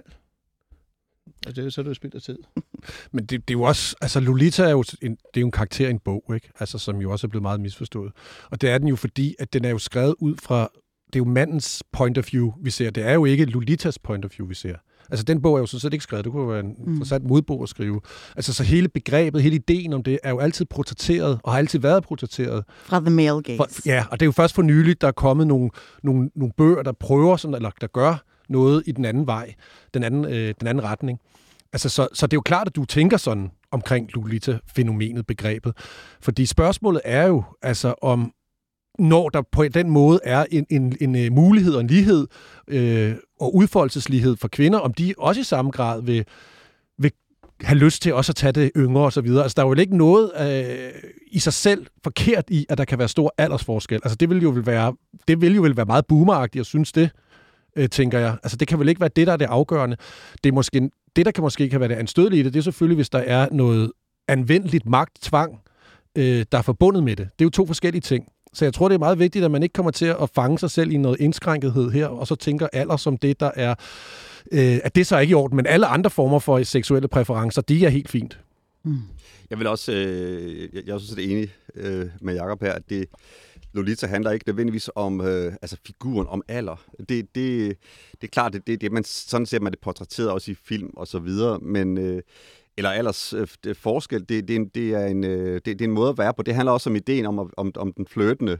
[SPEAKER 8] Og så er det jo spild af tid.
[SPEAKER 4] Men det er jo også, altså Lolita er jo en karakter i en bog, ikke? Altså, som jo også er blevet meget misforstået. Og det er den jo fordi, at den er jo skrevet ud fra, det er jo mandens point of view, vi ser. Det er jo ikke Lolitas point of view, vi ser. Altså, den bog er jo sådan set ikke skrevet. Det kunne jo være en interessant modbog at skrive. Altså, så hele begrebet, hele ideen om det, er jo altid portrætteret, og har altid været portrætteret.
[SPEAKER 3] Fra the male gaze.
[SPEAKER 4] Ja, og det er jo først for nyligt, der er kommet nogle bøger, der prøver sådan, eller der gør noget i den anden vej, den anden retning. Altså, så det er jo klart, at du tænker sådan omkring Lolita-fænomenet, begrebet. Fordi spørgsmålet er jo, altså om når der på den måde er en mulighed og en lighed og udfoldelseslighed for kvinder, om de også i samme grad vil have lyst til også at tage det yngre og så videre. Altså, der er jo ikke noget i sig selv forkert i, at der kan være stor aldersforskel. Altså, det vil jo være meget boomeragtigt, jeg synes det, tænker jeg. Altså, det kan vel ikke være det, der er det afgørende. Det er måske det, der måske kan være det anstødelige i det, det er selvfølgelig, hvis der er noget anvendeligt magttvang, der er forbundet med det. Det er jo to forskellige ting. Så jeg tror, det er meget vigtigt, at man ikke kommer til at fange sig selv i noget indskrænkethed her, og så tænker alder som det, der er, at det så er ikke i orden, men alle andre former for seksuelle præferencer, de er helt fint.
[SPEAKER 5] Jeg vil også, jeg er også enig med Jacob her, at Lolita handler ikke nødvendigvis om figuren, om alder. Det er klart, det man sådan ser man det portrætteret også i film og så videre, men eller alders forskel, det er en måde at være på. Det handler også om ideen om den flirtende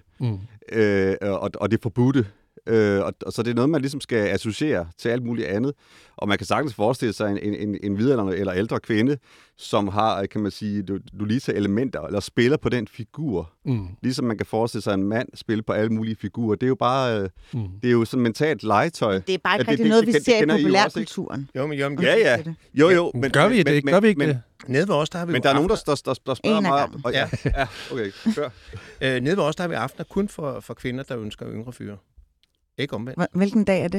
[SPEAKER 5] og det forbudte. Og så det er noget, man ligesom skal associere til alt muligt andet. Og man kan sagtens forestille sig en midaldrende eller ældre kvinde, som har, kan man sige, Lolita-elementer, eller spiller på den figur. Ligesom man kan forestille sig en mand spille på alle mulige figurer. Det er jo bare, det er jo sådan mentalt legetøj.
[SPEAKER 3] Det er bare ikke rigtig noget, vi ser i populærkulturen.
[SPEAKER 8] Jo.
[SPEAKER 5] Jo. Men,
[SPEAKER 4] gør vi det? Gør vi ikke det?
[SPEAKER 8] Nede ved os, der har vi
[SPEAKER 5] men der er nogen, der spørger mig om.
[SPEAKER 8] Ja,
[SPEAKER 5] okay, kør.
[SPEAKER 8] Nede ved os, der har vi aftener kun for kvinder, der ønsker yngre fyre. Ikke omvendt.
[SPEAKER 3] Hvilken dag er det?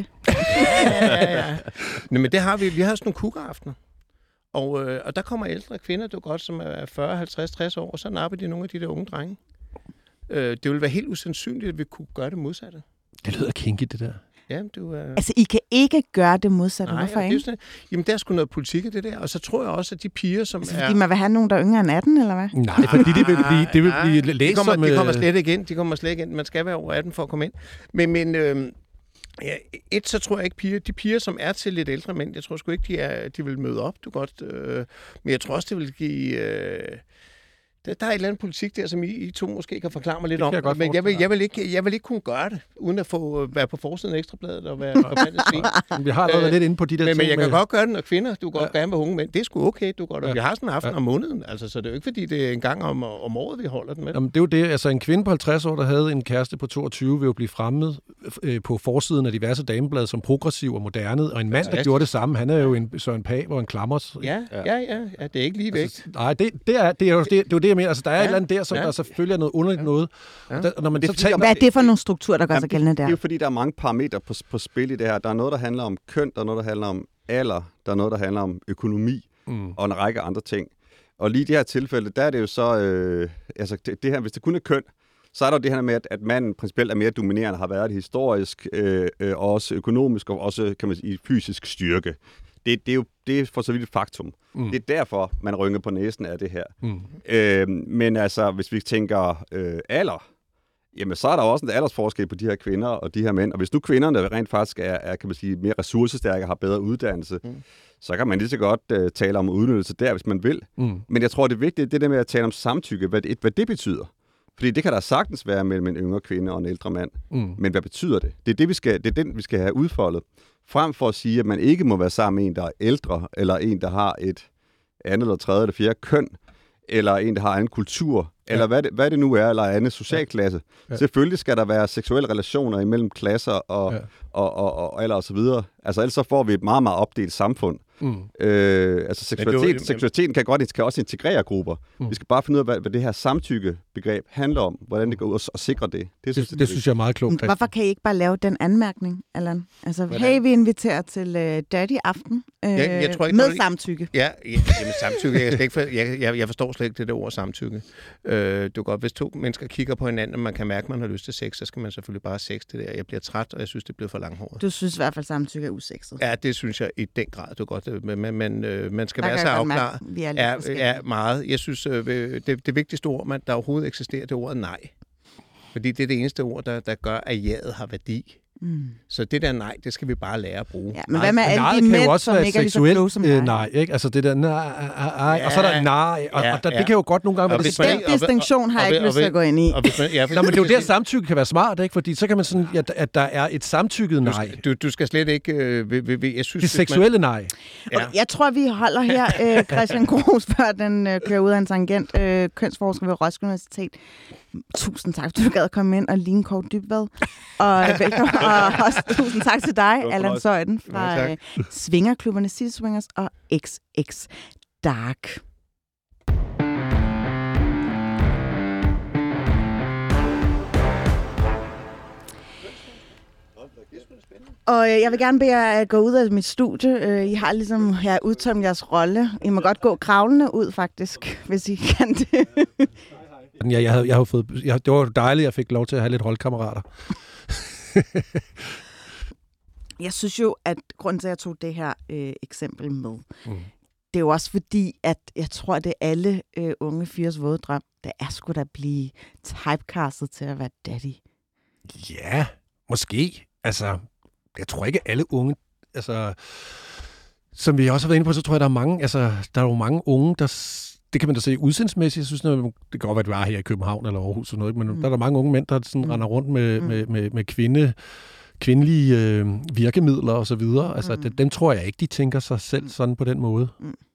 [SPEAKER 8] Ja. Nå, men det har vi. Vi har sådan nogle kuggeraftener. Og der kommer ældre kvinder, som er 40, 50, 60 år, og så napper de nogle af de der unge drenge. Det ville være helt usandsynligt, at vi kunne gøre det modsatte.
[SPEAKER 4] Det lyder kinky, det der.
[SPEAKER 8] Ja, du er...
[SPEAKER 3] Altså, I kan ikke gøre det modsatte.
[SPEAKER 8] Nej,
[SPEAKER 3] hvorfor
[SPEAKER 8] det er
[SPEAKER 3] ikke?
[SPEAKER 8] sådan, jamen, der er sgu noget politik i det der. Og så tror jeg også, at de piger, som
[SPEAKER 3] Altså, fordi man vil have nogen, der er yngre end 18, eller hvad?
[SPEAKER 4] Nej, fordi det vil blive læst som...
[SPEAKER 8] De kommer slet ikke ind. De kommer slet ikke ind. Man skal være over 18 for at komme ind. Men så tror jeg ikke, de piger, som er til lidt ældre mænd, jeg tror sgu ikke, de vil møde op. Men jeg tror også, det vil give... Der er et eller andet politik der, som I to måske kan forklare mig lidt om. Men jeg vil ikke kunne gøre det, uden at være på forsiden af Ekstrabladet og være forbandet svin.
[SPEAKER 4] Vi har allerede lidt inde på de der ting.
[SPEAKER 8] Men jeg kan godt gøre det, når kvinder, du kan godt gerne være unge mænd. Det er sgu okay, du godt. Vi har sådan en aften om måneden, altså, så det er jo ikke, fordi det er en gang om året, vi holder den med.
[SPEAKER 4] Jamen, det er jo det. Altså, en kvinde på 50 år, der havde en kæreste på 22, vil jo blive fremmet på forsiden af diverse dameblade som progressiv og moderne. Og en mand, der gjorde det samme, han er jo en Søren Pape og en Klammers.
[SPEAKER 8] Ja, det er ikke lige væk.
[SPEAKER 4] Altså, nej, det er jo det, altså, der er et eller andet der, som der selvfølgelig er noget underligt noget. Ja. Når man så
[SPEAKER 3] hvad er det for nogle strukturer, der gør sig gældende der?
[SPEAKER 5] Det er jo fordi, der er mange parametre på spil i det her. Der er noget, der handler om køn, der er noget, der handler om alder, der er noget, der handler om økonomi og en række andre ting. Og lige i det her tilfælde, der er det jo så... altså det her, hvis det kun er køn, så er der jo det her med, at manden principielt er mere dominerende, har været det historisk, og også økonomisk, og også, kan man sige, fysisk styrke. Det er for så vidt et faktum. Det er derfor, man rynker på næsen af det her. Men altså, hvis vi tænker alder, jamen så er der også en aldersforskel på de her kvinder og de her mænd. Og hvis nu kvinderne rent faktisk er kan man sige, mere ressourcestærke og har bedre uddannelse, så kan man lige så godt tale om udnyttelse der, hvis man vil. Men jeg tror, det er vigtigt, det der med at tale om samtykke, hvad det betyder. Fordi det kan der sagtens være mellem en yngre kvinde og en ældre mand. Men hvad betyder det? Det er den, vi skal have udfoldet. Frem for at sige, at man ikke må være sammen med en, der er ældre, eller en, der har et andet, eller tredje, eller fjerde køn, eller en, der har anden kultur, eller hvad det nu er, eller anden socialklasse. Selvfølgelig skal der være seksuelle relationer imellem klasser og alder og så videre. Altså ellers så får vi et meget, meget opdelt samfund. Altså seksualiteten kan også integrere grupper. Vi skal bare finde ud af, hvad det her samtykkebegreb handler om, hvordan det går ud og sikre det.
[SPEAKER 4] Det synes jeg er meget klogt.
[SPEAKER 3] Hvorfor kan I ikke bare lave den anformærkning, Allan? Altså, hey, vi inviterer til daddy-aften jeg tror ikke, med samtykke.
[SPEAKER 8] Ja, med samtykke. Jeg forstår slet ikke det der ord samtykke. Det er godt, hvis to mennesker kigger på hinanden, og man kan mærke, at man har lyst til sex, så skal man selvfølgelig bare have sex det der. Jeg bliver træt, og jeg synes, det bliver for langhåret.
[SPEAKER 3] Du synes i hvert fald, samtykke er usexet.
[SPEAKER 8] Ja, det synes jeg i den grad. Det er godt. Men man skal være så afklaret. Ja, meget. Jeg synes, det vigtigste ord, der overhovedet eksisterer, det er ordet nej. Fordi det er det eneste ord, der gør, at jaet har værdi. Så det der nej, det skal vi bare lære at bruge.
[SPEAKER 3] Ja, men hvad med alle de mænd, som ikke er lige så kloge som dig?
[SPEAKER 4] Nej, ikke? Altså det der nej, og så er der nej, og det kan jo godt nogle gange være...
[SPEAKER 3] Den distinktion har jeg ikke lyst til at gå ind i.
[SPEAKER 4] Nå, men det er jo der, samtykke kan være smart, ikke? Fordi så kan man sådan, at der er et samtykket nej.
[SPEAKER 8] Du skal slet ikke... Jeg synes,
[SPEAKER 4] det seksuelle nej.
[SPEAKER 3] Okay, jeg tror, vi holder her. Christian Gros, før den kører ud af en tangent. Kønsforsker ved Roskilde Universitet. Tusind tak, du gad at komme ind og ligne Kåre Dybvad. Og velkommen. Og også tusind tak til dig, Allan Zeuthen fra Swingerklubberne City Swingers og XX Dark. Og jeg vil gerne bede jer at gå ud af mit studie. I har ligesom udtømt jeres rolle. I må godt gå kravlende ud, faktisk, hvis I kan det.
[SPEAKER 4] Jeg har fået, det var dejligt, at jeg fik lov til at have lidt holdkammerater.
[SPEAKER 3] Jeg synes jo, at grunden til, at jeg tog det her eksempel med, det er jo også fordi, at jeg tror, at det er alle unge fyres våde drøm, der er sgu da blive typecastet til at være daddy.
[SPEAKER 4] Ja, måske. Altså, jeg tror ikke alle unge, altså, som vi også har været inde på, så tror jeg, der er mange, altså, der er jo mange unge, det kan man da se udsendsmæssigt. Jeg synes, det kan godt være, at det var her i København eller Aarhus og noget, men der er der mange unge mænd, der sådan render rundt med kvindelige virkemidler og så videre. Altså, dem tror jeg ikke, de tænker sig selv sådan på den måde.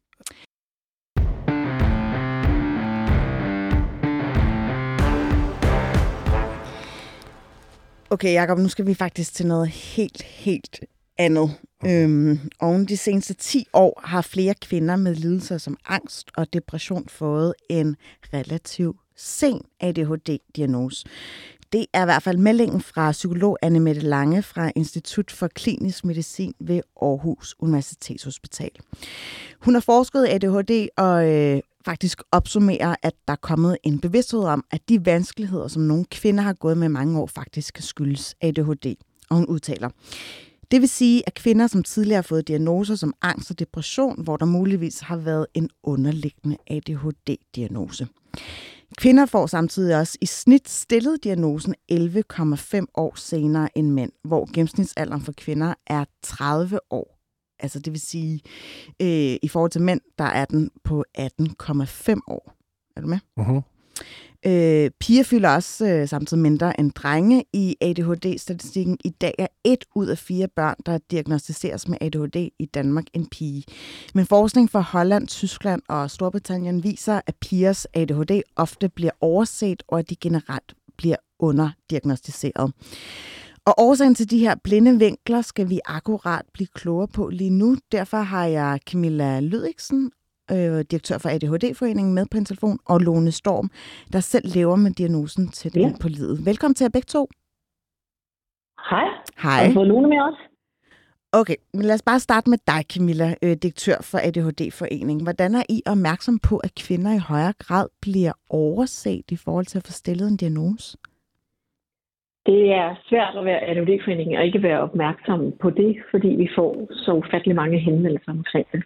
[SPEAKER 3] Okay, Jacob, nu skal vi faktisk til noget helt andet. Oven de seneste 10 år har flere kvinder med lidelser som angst og depression fået en relativt sen ADHD-diagnose. Det er i hvert fald meldingen fra psykolog Anne-Mette Lange fra Institut for Klinisk Medicin ved Aarhus Universitetshospital. Hun har forsket i ADHD og faktisk opsummerer, at der er kommet en bevidsthed om, at de vanskeligheder, som nogle kvinder har gået med mange år, faktisk kan skyldes ADHD. Og hun udtaler: det vil sige, at kvinder, som tidligere har fået diagnoser som angst og depression, hvor der muligvis har været en underliggende ADHD-diagnose. Kvinder får samtidig også i snit stillet diagnosen 11,5 år senere end mænd, hvor gennemsnitsalderen for kvinder er 30 år. Altså det vil sige, i forhold til mænd, der er den på 18,5 år. Er du med? Uh-huh. Piger fylder også samtidig mindre end drenge i ADHD-statistikken. I dag er 1 ud af 4 børn, der diagnosticeres med ADHD i Danmark, en pige. Men forskning fra Holland, Tyskland og Storbritannien viser, at pigers ADHD ofte bliver overset, og at de generelt bliver underdiagnostiseret. Og årsagen til de her blinde vinkler skal vi akkurat blive klogere på lige nu. Derfor har jeg Camilla Lydiksen, direktør for ADHD-foreningen, med på en telefon, og Lone Storm, der selv lever med diagnosen tæt ind på livet. Velkommen til jer begge to.
[SPEAKER 9] Hej.
[SPEAKER 3] Hej.
[SPEAKER 9] Har du fået Lone med os?
[SPEAKER 3] Okay, men lad os bare starte med dig, Camilla, direktør for ADHD-foreningen. Hvordan er I opmærksom på, at kvinder i højere grad bliver overset i forhold til at få stillet en diagnose?
[SPEAKER 9] Det er svært at være ADHD-foreningen og ikke være opmærksom på det, fordi vi får så ufattelig mange henvendelser omkring det.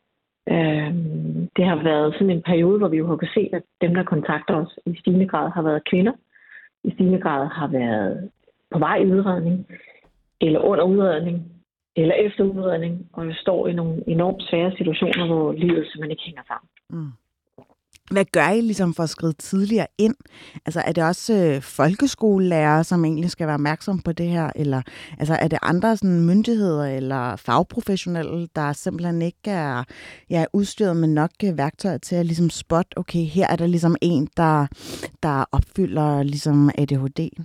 [SPEAKER 9] Det har været sådan en periode, hvor vi jo har kunnet se, at dem, der kontakter os, i stigende grad har været kvinder, i stigende grad har været på vej i udredning, eller under udredning, eller efter udredning, og jo står i nogle enormt svære situationer, hvor livet simpelthen ikke hænger sammen.
[SPEAKER 3] Mm. Hvad gør I ligesom for at skride tidligere ind? Altså er det også folkeskolelærere, som egentlig skal være opmærksom på det her? Eller altså, er det andre sådan, myndigheder eller fagprofessionelle, der simpelthen ikke er udstyret med nok værktøjer til at ligesom spotte, okay, her er der ligesom en, der opfylder ligesom ADHD'en?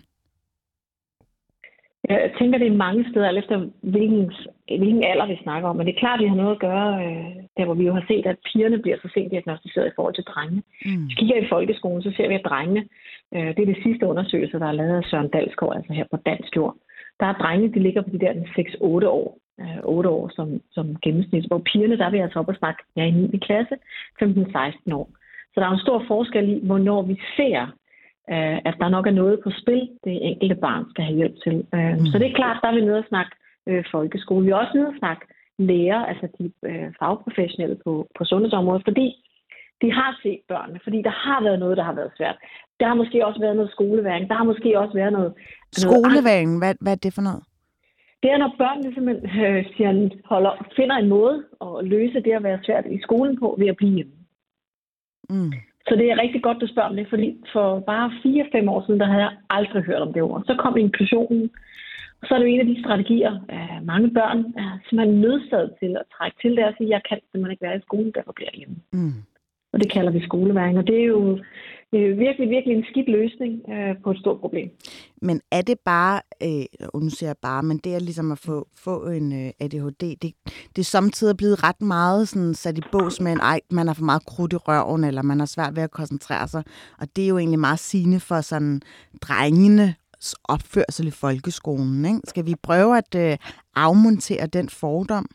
[SPEAKER 9] Jeg tænker, det er mange steder, alt efter hvilken alder vi snakker om. Men det er klart, at vi har noget at gøre, der hvor vi jo har set, at pigerne bliver så sent diagnosticeret i forhold til drengene. Hvis vi kigger i folkeskolen, så ser vi, at drengene, det er det sidste undersøgelse, der er lavet af Søren Dalsgaard, altså her på dansk jord. Der er drenge, de ligger på de der 6-8 år. 8 år som gennemsnit. Hvor pigerne, der er vi altså op og snakke, i 9. klasse, 15-16 år. Så der er en stor forskel i, hvornår vi ser, at der nok er noget på spil, det enkelte barn skal have hjælp til. Så det er klart, der er vi nede og snakke folkeskole. Vi er også nede og snakke lærer, altså de fagprofessionelle på sundhedsområdet, fordi de har set børnene, fordi der har været noget, der har været svært. Der har måske også været noget skoleværing, der har måske også været noget...
[SPEAKER 3] Skoleværing, hvad er det for noget?
[SPEAKER 9] Det er, når børnene simpelthen finder en måde at løse det at være svært i skolen på ved at blive hjemme. Mm. Så det er rigtig godt, du spørger om det, fordi for bare 4-5 år siden, der havde jeg aldrig hørt om det ord. Så kom inklusionen, og så er det jo en af de strategier, mange børn er simpelthen nødsaget til at trække til det og sige, jeg kan simpelthen ikke være i skolen, derfor bliver jeg hjemme. Mm. Og det kalder vi skoleværing, og det er jo virkelig, virkelig en skidt løsning på et stort problem.
[SPEAKER 3] Men er det bare, og nu siger jeg bare, men det er ligesom at få en ADHD, det er samtidig blevet ret meget sådan sat i bås med, man har for meget krudt i røven, eller man har svært ved at koncentrere sig, og det er jo egentlig meget sigende for sådan drengenes opførsel i folkeskolen, ikke? Skal vi prøve at afmontere den fordom?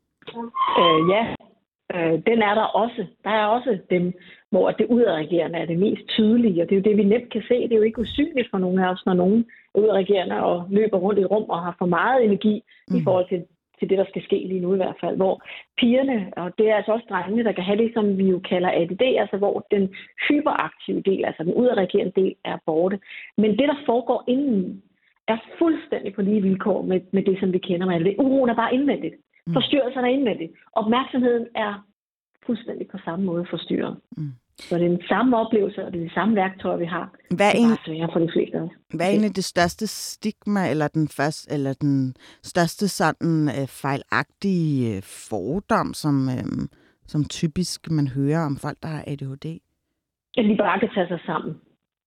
[SPEAKER 9] Ja. Den er der også. Der er også dem, hvor det udadreagerende er det mest tydelige, og det er jo det, vi nemt kan se. Det er jo ikke usynligt for nogen af os, når nogen er udadreagerende og løber rundt i rum og har for meget energi i forhold til det, der skal ske lige nu i hvert fald. Hvor pigerne, og det er altså også drengene, der kan have det, som vi jo kalder ADD, altså hvor den hyperaktive del, altså den udadreagerende del, er borte. Men det, der foregår indeni, er fuldstændig på lige vilkår med det, som vi kender med ADD. Uroen er bare indvendigt. Forstyrrelserne er indvendigt. Opmærksomheden er fuldstændig på samme måde forstyrret. Så det er den samme oplevelse, og det er de samme værktøjer, vi har.
[SPEAKER 3] Hvad
[SPEAKER 9] er
[SPEAKER 3] egentlig det største stigma, eller den største sådan fejlagtige fordom, som typisk man hører om folk, der har ADHD?
[SPEAKER 9] At de bare kan tage sig sammen.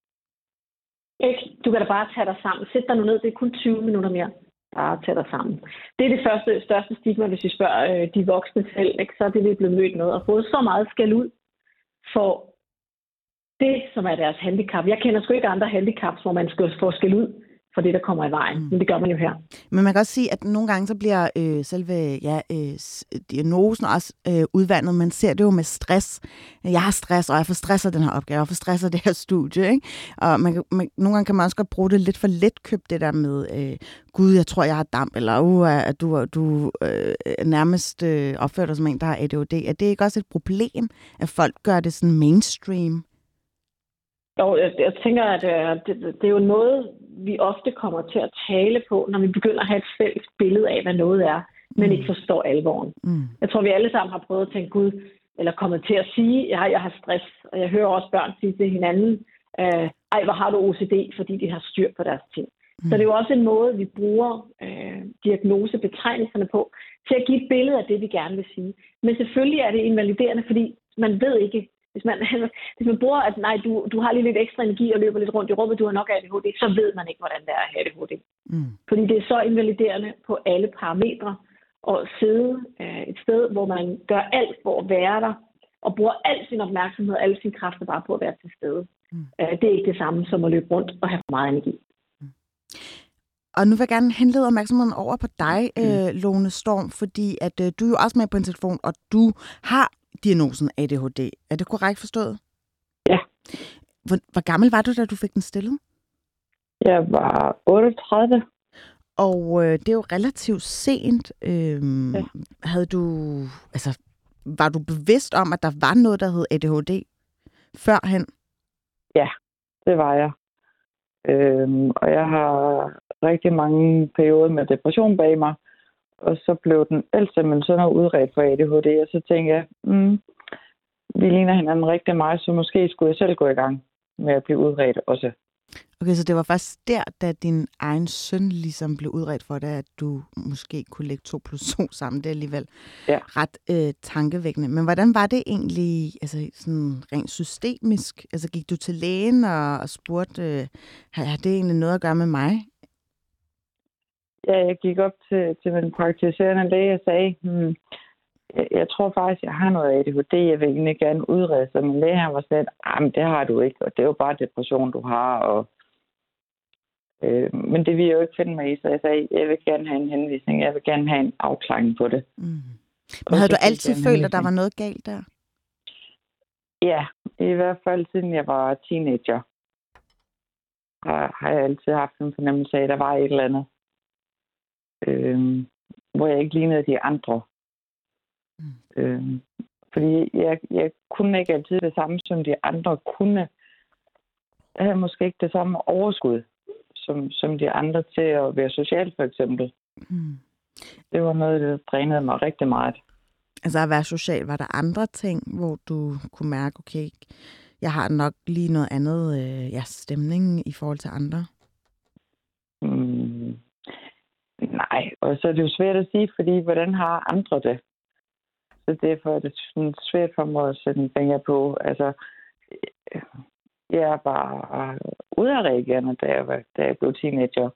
[SPEAKER 9] Ikke? Du kan da bare tage dig sammen. Sæt dig nu ned, det er kun 20 minutter mere. Bare tage dig sammen. Det er det største stigma, hvis vi spørger de voksne selv, ikke? Så er det, vi er blevet mødt med og fået så meget skæld ud for det, som er deres handicap. Jeg kender sgu ikke andre handicaps, hvor man skal få skæld ud for det, der kommer i vejen. Men det gør man jo her.
[SPEAKER 3] Men man kan også sige, at nogle gange så bliver selve diagnosen også udvandet. Man ser det jo med stress. Jeg har stress, og jeg får stress af den her opgave, og får stress af det her studie. Ikke? Og nogle gange kan man også godt bruge det lidt for letkøbt, det der med, gud, jeg tror, jeg har damp, eller at du nærmest opfører dig som en, der har ADHD. Er det ikke også et problem, at folk gør det sådan mainstream?
[SPEAKER 9] Jo, jeg tænker, at det er jo noget, vi ofte kommer til at tale på, når vi begynder at have et fælles billede af, hvad noget er, men ikke forstår alvoren. Jeg tror, vi alle sammen har prøvet at tænke, gud, eller kommet til at sige, jeg har stress, og jeg hører også børn sige til hinanden, ej, hvor har du OCD, fordi de har styr på deres ting. Så det er jo også en måde, vi bruger diagnosebetegnelserne på, til at give et billede af det, vi gerne vil sige. Men selvfølgelig er det invaliderende, fordi man ved ikke, hvis man bruger, at nej, du har lige lidt ekstra energi og løber lidt rundt i rummet, du har nok ADHD, så ved man ikke, hvordan det er at have ADHD. Fordi det er så invaliderende på alle parametre at sidde et sted, hvor man gør alt for at være der, og bruger al sin opmærksomhed og alle sine kræfter bare på at være til stede. Det er ikke det samme som at løbe rundt og have for meget energi.
[SPEAKER 3] Og nu vil jeg gerne henlede opmærksomheden over på dig, Lone Storm, fordi at du er jo også med på en telefon, og du har diagnosen ADHD. Er det korrekt forstået?
[SPEAKER 10] Ja.
[SPEAKER 3] Hvor gammel var du, da du fik den stillet?
[SPEAKER 10] Jeg var 38.
[SPEAKER 3] Og det er jo relativt sent. Ja. Var du bevidst om, at der var noget, der hed ADHD førhen?
[SPEAKER 10] Ja, det var jeg. Og jeg har rigtig mange perioder med depression bag mig. Og så blev den ældste min søn udredt for ADHD, og så tænkte jeg, vi ligner hinanden rigtig meget, så måske skulle jeg selv gå i gang med at blive udredt også.
[SPEAKER 3] Okay, så det var faktisk der, da din egen søn ligesom blev udredt for dig, at du måske kunne lægge 2 + 2 sammen. Det er alligevel ret tankevækkende. Men hvordan var det egentlig, altså sådan rent systemisk? Altså gik du til lægen og spurgte, har det egentlig noget at gøre med mig?
[SPEAKER 10] Ja, jeg gik op til min praktiserende læge og sagde, jeg tror faktisk, jeg har noget ADHD, jeg vil egentlig gerne udrede sig. Men lægen var sådan, men det har du ikke, og det er jo bare depression, du har. Men det vil jeg jo ikke finde mig i, så jeg sagde, jeg vil gerne have en henvisning, jeg vil gerne have en afklaring på det.
[SPEAKER 3] Men havde du altid følt, at der var noget galt der?
[SPEAKER 10] Ja, i hvert fald siden jeg var teenager, har jeg altid haft en fornemmelse af, at der var et eller andet. Hvor jeg ikke lignede de andre. Fordi jeg kunne ikke altid det samme, som de andre kunne. Jeg havde måske ikke det samme overskud, som de andre til at være social, for eksempel. Det var noget, der drænede mig rigtig meget.
[SPEAKER 3] Altså at være social, var der andre ting, hvor du kunne mærke, okay, jeg har nok lige noget andet stemning i forhold til andre?
[SPEAKER 10] Nej, og så er det jo svært at sige, fordi hvordan har andre det? Så derfor er det svært for mig at sætte en finger på. Altså, jeg er bare udadreagerende, da jeg blev teenager.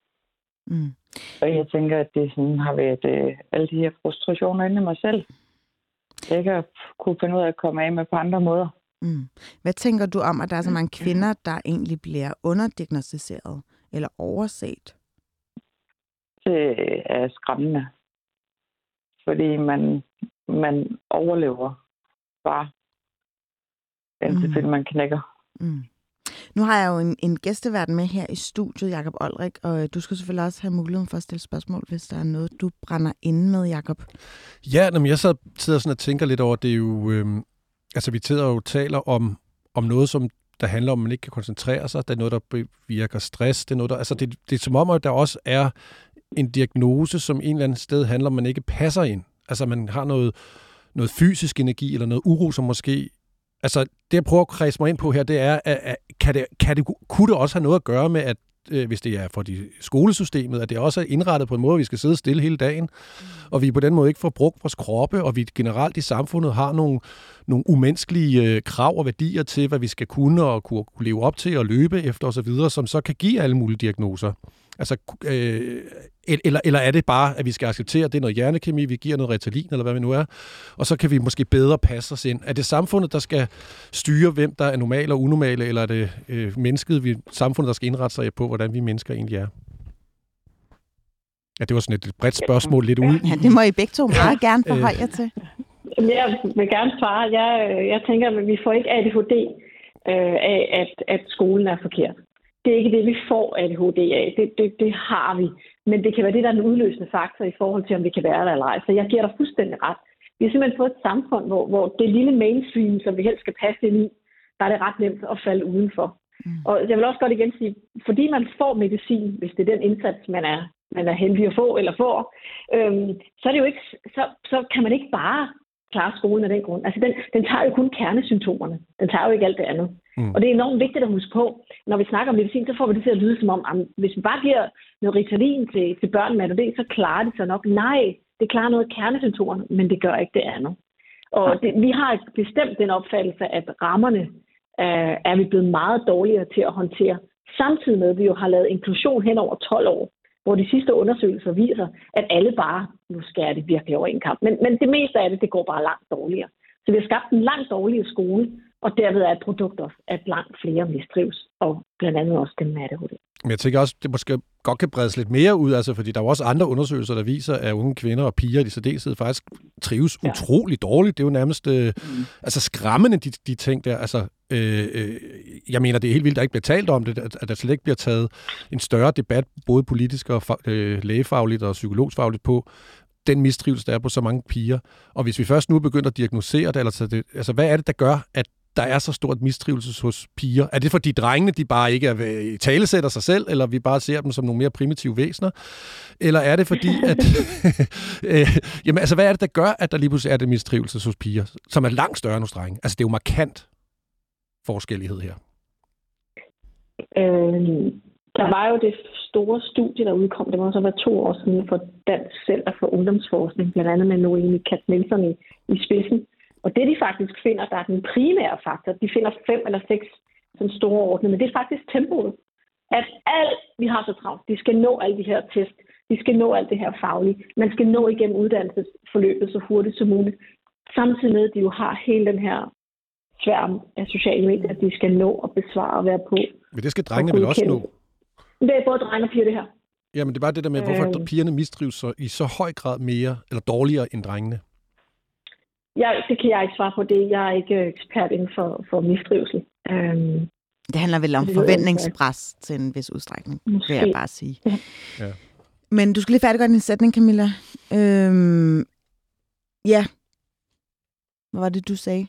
[SPEAKER 10] Og jeg tænker, at det sådan har været alle de her frustrationer inde i mig selv. Jeg ikke har kunne finde ud af at komme af med på andre måder.
[SPEAKER 3] Hvad tænker du om, at der er så mange kvinder, der egentlig bliver underdiagnostiseret eller overset?
[SPEAKER 10] Det er skræmmende. Fordi man overlever bare, indtil man knækker.
[SPEAKER 3] Nu har jeg jo en gæstevært med her i studiet, Jakob Olrik, og du skal selvfølgelig også have muligheden for at stille spørgsmål, hvis der er noget, du brænder inde med, Jakob.
[SPEAKER 4] Ja, men jeg sidder sådan og tænker lidt over, det er jo, vi sidder og taler om noget, som der handler om, at man ikke kan koncentrere sig. Det er noget, der virker stress. Det er noget, der, det er som om, at der også er en diagnose, som en eller anden sted handler om, at man ikke passer ind. Altså, man har noget fysisk energi eller noget uro, som måske... Altså, det jeg prøver at kredse mig ind på her, det er, kunne det også have noget at gøre med, at hvis det er for skolesystemet, at det også er indrettet på en måde, at vi skal sidde stille hele dagen, og vi på den måde ikke får brugt vores kroppe, og vi generelt i samfundet har nogle umenneskelige krav og værdier til, hvad vi skal kunne og kunne leve op til og løbe efter osv., som så kan give alle mulige diagnoser. Altså, eller er det bare, at vi skal acceptere, at det er noget hjernekemi, vi giver noget Ritalin, eller hvad vi nu er, og så kan vi måske bedre passe os ind. Er det samfundet, der skal styre, hvem der er normale og unormale, eller er det samfundet, der skal indrette sig på, hvordan vi mennesker egentlig er? Ja, det var sådan et bredt spørgsmål lidt ude.
[SPEAKER 3] Ja, det må I begge to meget gerne forholde jer til.
[SPEAKER 9] Jeg vil gerne svare. Jeg tænker, at vi får ikke ADHD af, at skolen er forkert. Det er ikke det, vi får ADHD af. Det har vi. Men det kan være det, der er den udløsende faktor i forhold til, om vi kan være der eller ej. Så jeg giver dig fuldstændig ret. Vi har simpelthen fået et samfund, hvor det lille mainstream, som vi helst skal passe ind i, der er det ret nemt at falde udenfor. Og jeg vil også godt igen sige, fordi man får medicin, hvis det er den indsats, man er heldig at få eller får, så er det jo ikke, så kan man ikke bare klare skolen af den grund. Altså den tager jo kun kernesymptomerne. Den tager jo ikke alt det andet. Og det er enormt vigtigt at huske på, når vi snakker om medicin, så får vi det til at lyde som om, hvis vi bare giver noget Ritalin til børn med ADHD, så klarer det sig nok. Nej, det klarer noget af kernesymptomerne, men det gør ikke det andet. Og vi har bestemt den opfattelse, at rammerne er vi blevet meget dårligere til at håndtere. Samtidig med, at vi jo har lavet inklusion hen over 12 år, hvor de sidste undersøgelser viser, at alle bare, nu skærer det virkelig over en kamp, men det meste af det går bare langt dårligere. Så vi har skabt en langt dårligere skole, og derved er et produkt også, at langt flere mistrives, og blandt andet også den med ADHD.
[SPEAKER 4] Men jeg tænker også, det måske godt kan bredes lidt mere ud, altså, fordi der er jo også andre undersøgelser, der viser, at unge kvinder og piger i særdeleshed faktisk trives utrolig dårligt. Det er jo nærmest skræmmende, de ting der. Altså, jeg mener, det er helt vildt, at der ikke bliver talt om det, at der slet ikke bliver taget en større debat, både politisk og lægefagligt og psykologsfagligt på den mistrivelse, der er på så mange piger. Og hvis vi først nu begynder at diagnosere det, altså hvad er det, der gør, at der er så stort mistrivelse hos piger? Er det fordi drengene, de bare ikke talesætter sig selv, eller vi bare ser dem som nogle mere primitive væsener? Eller er det fordi, at jamen altså, hvad er det, der gør, at der lige pludselig er det mistrivelse hos piger, som er langt større end hos drenge? Altså, det er jo markant forskellighed her.
[SPEAKER 9] Der var jo det store studie, der udkom, det må så være 2 år siden, for Dansk Center for Ungdomsforskning, blandt andet med Noemi Katz-Nielsen i spidsen. Og det, de faktisk finder, der er den primære faktor, de finder 5 eller 6 sådan store ordninger, men det er faktisk tempoet. At vi har så travlt, de skal nå alle de her test, de skal nå alt det her faglige, man skal nå igennem uddannelsesforløbet så hurtigt som muligt. Samtidig med, at de jo har hele den her sværm af sociale medier, de skal nå og besvare og være på.
[SPEAKER 4] Men det skal drengene vel også nå?
[SPEAKER 9] Det er både drenge og piger, det her.
[SPEAKER 4] Jamen, det er bare det der med, hvorfor pigerne mistrives så i så høj grad mere, eller dårligere end drengene?
[SPEAKER 9] Ja, det kan jeg ikke svare på det. Jeg er ikke ekspert inden for mistrivsel.
[SPEAKER 3] Det handler vel om forventningspres til en vis udstrækning, vil jeg bare sige. Ja. Men du skal lige færdiggøre din sætning, Camilla. Ja. Hvad var det, du sagde?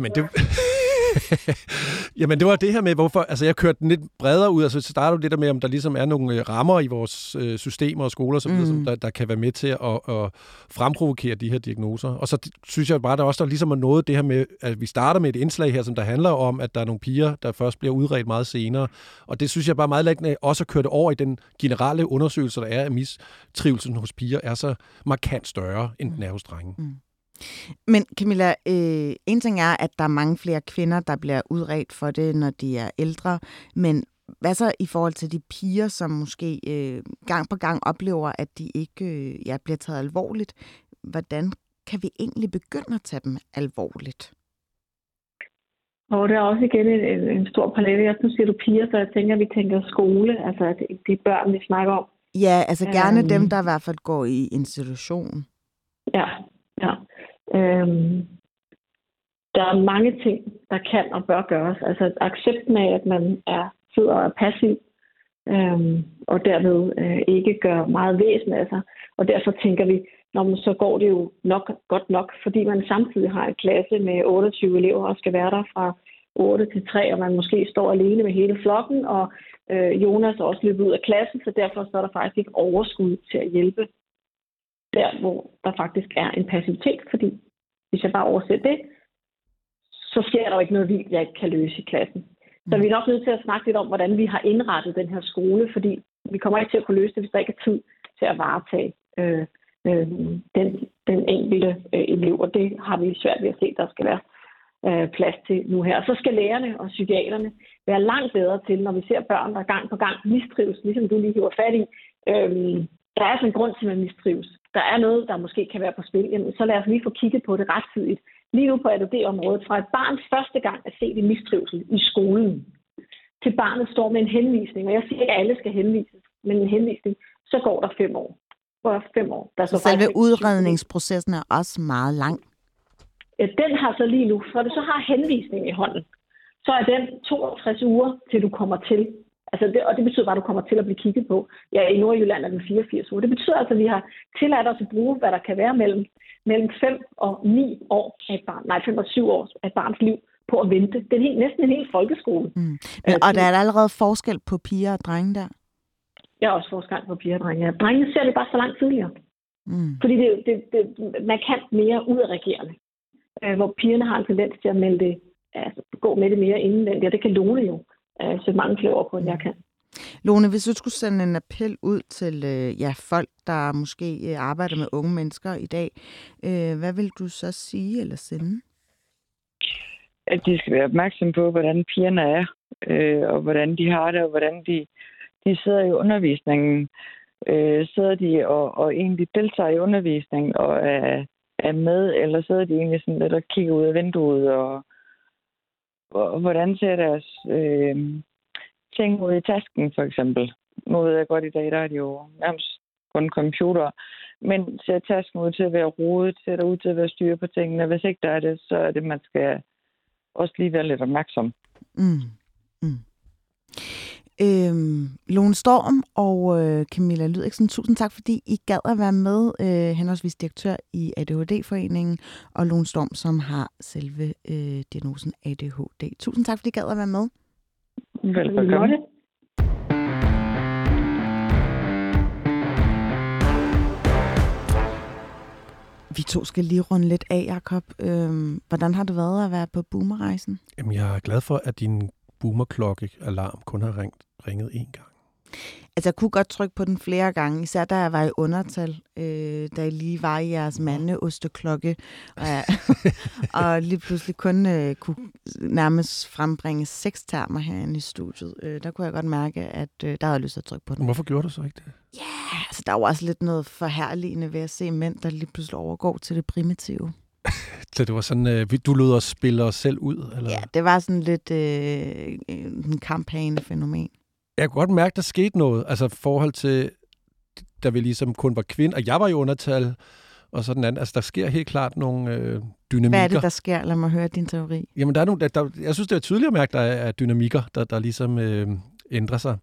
[SPEAKER 4] Jamen, det var det her med, hvorfor... Altså, jeg kørte den lidt bredere ud. Altså, så starter det der med, om der ligesom er nogle rammer i vores systemer og skoler, som der kan være med til at fremprovokere de her diagnoser. Og så synes jeg bare, der også der ligesom er noget det her med, at vi starter med et indslag her, som der handler om, at der er nogle piger, der først bliver udredt meget senere. Og det synes jeg bare meget lækkende også at køre det over i den generelle undersøgelse, der er, at mistrivelsen hos piger er så markant større, end den er hos drenge.
[SPEAKER 3] Men Camilla, en ting er, at der er mange flere kvinder, der bliver udredt for det, når de er ældre. Men hvad så i forhold til de piger, som måske gang på gang oplever, at de ikke bliver taget alvorligt? Hvordan kan vi egentlig begynde at tage dem alvorligt?
[SPEAKER 9] Og det er også igen en stor palette. Nu siger du piger, så jeg tænker, at vi tænker skole. Altså, det er børn, vi snakker om.
[SPEAKER 3] Ja, altså gerne dem, der i hvert fald går i institution.
[SPEAKER 9] Ja. Der er mange ting, der kan og bør gøres. Altså accepten af, at man sidder og er passiv, og derved ikke gør meget væsen af sig. Og derfor tænker vi, så går det jo nok godt nok, fordi man samtidig har en klasse med 28 elever og skal være der fra 8 til 3, og man måske står alene med hele flokken, og Jonas er også løbet ud af klassen, så derfor så er der faktisk ikke overskud til at hjælpe der, hvor der faktisk er en passivitet, fordi hvis jeg bare oversætter det, så sker der jo ikke noget vildt, jeg ikke kan løse i klassen. Så vi er nok nødt til at snakke lidt om, hvordan vi har indrettet den her skole, fordi vi kommer ikke til at kunne løse det, hvis der ikke er tid til at varetage den enkelte elev, og det har vi svært ved at se, der skal være plads til nu her. Og så skal lærerne og psykiaterne være langt bedre til, når vi ser børn, der gang på gang mistrives, ligesom du lige hiver fat i. Der er altså en grund til, at man mistrives. Der er noget, der måske kan være på spil. Jamen, så lad os lige få kigget på det rettidigt. Lige nu på ADHD-området, fra et barn første gang at se det mistrivsel i skolen, til barnet står med en henvisning. Og jeg siger ikke, at alle skal henvises, men en henvisning, så går der 5 år.
[SPEAKER 3] Så selve udredningsprocessen er også meget lang.
[SPEAKER 9] Den har så lige nu, for du så har henvisning i hånden, så er den 62 uger, til du kommer til. Og det betyder bare, at du kommer til at blive kigget på. Ja, i Nordjylland er den 84 uger. Det betyder altså, at vi har tilladt os at bruge, hvad der kan være mellem 5 og 9 år af et barn. Nej, 5 og 7 år af et barns liv på at vente. Det er næsten en hel folkeskole.
[SPEAKER 3] Og der er der allerede forskel på piger og drenge der?
[SPEAKER 9] Jeg er også forskel på piger og drenge. Ja. Drengene ser det bare så langt tidligere. Fordi man kan mere udadreagerende. Hvor pigerne har en tendens til at melde det, gå med det mere indvendigt. Og det kan Lone jo så mange flere år på, end jeg kan.
[SPEAKER 3] Lone, hvis du skulle sende en appel ud til folk, der måske arbejder med unge mennesker i dag, hvad vil du så sige eller sende?
[SPEAKER 10] At de skal være opmærksomme på, hvordan pigerne er, og hvordan de har det, og hvordan de sidder i undervisningen. Sidder de og egentlig deltager i undervisningen og er med, eller sidder de egentlig sådan lidt og kigger ud af vinduet, og hvordan ser deres ting ud i tasken, for eksempel. Nu ved jeg godt, i dag der er de jo nærmest kun computer, men ser tasken ud til at være rodet, ser der ud til at være styr på tingene. Hvis ikke der er det, så er det, man skal også lige være lidt opmærksom.
[SPEAKER 3] Lone Storm og Camilla Lydiksen, tusind tak, fordi I gad at være med, henholdsvis direktør i ADHD-foreningen, og Lone Storm, som har selve diagnosen ADHD. Tusind tak, fordi I gad at være med.
[SPEAKER 10] Velkommen.
[SPEAKER 3] Vi to skal lige runde lidt af, Jacob. Hvordan har det været at være på boomerrejsen?
[SPEAKER 4] Jamen, jeg er glad for, at din boomerklokke-alarm kun har ringet 1 gang.
[SPEAKER 3] Altså, jeg kunne godt trykke på den flere gange, især da jeg var i undertal, da I lige var i jeres mandeosteklokke, og lige pludselig kun kunne nærmest frembringe 6 termer herinde i studiet. Der kunne jeg godt mærke, at der havde jeg lyst til at trykke på den.
[SPEAKER 4] Hvorfor gjorde du så ikke det?
[SPEAKER 3] Ja, altså der er jo også lidt noget forherligende ved at se mænd, der lige pludselig overgår til det primitive.
[SPEAKER 4] Så det var sådan, du lod os spille os selv ud? Eller?
[SPEAKER 3] Ja, det var sådan lidt en kampagnefænomen.
[SPEAKER 4] Jeg kunne godt mærke, der skete noget. Altså i forhold til, da vi ligesom kun var kvinder, og jeg var i undertal, og sådan andet. Altså der sker helt klart nogle dynamikker.
[SPEAKER 3] Hvad er det, der sker? Lad mig høre din teori.
[SPEAKER 4] Jamen der er nogle, jeg synes, det er tydeligt at mærke, der er dynamikker, der ligesom ændrer sig.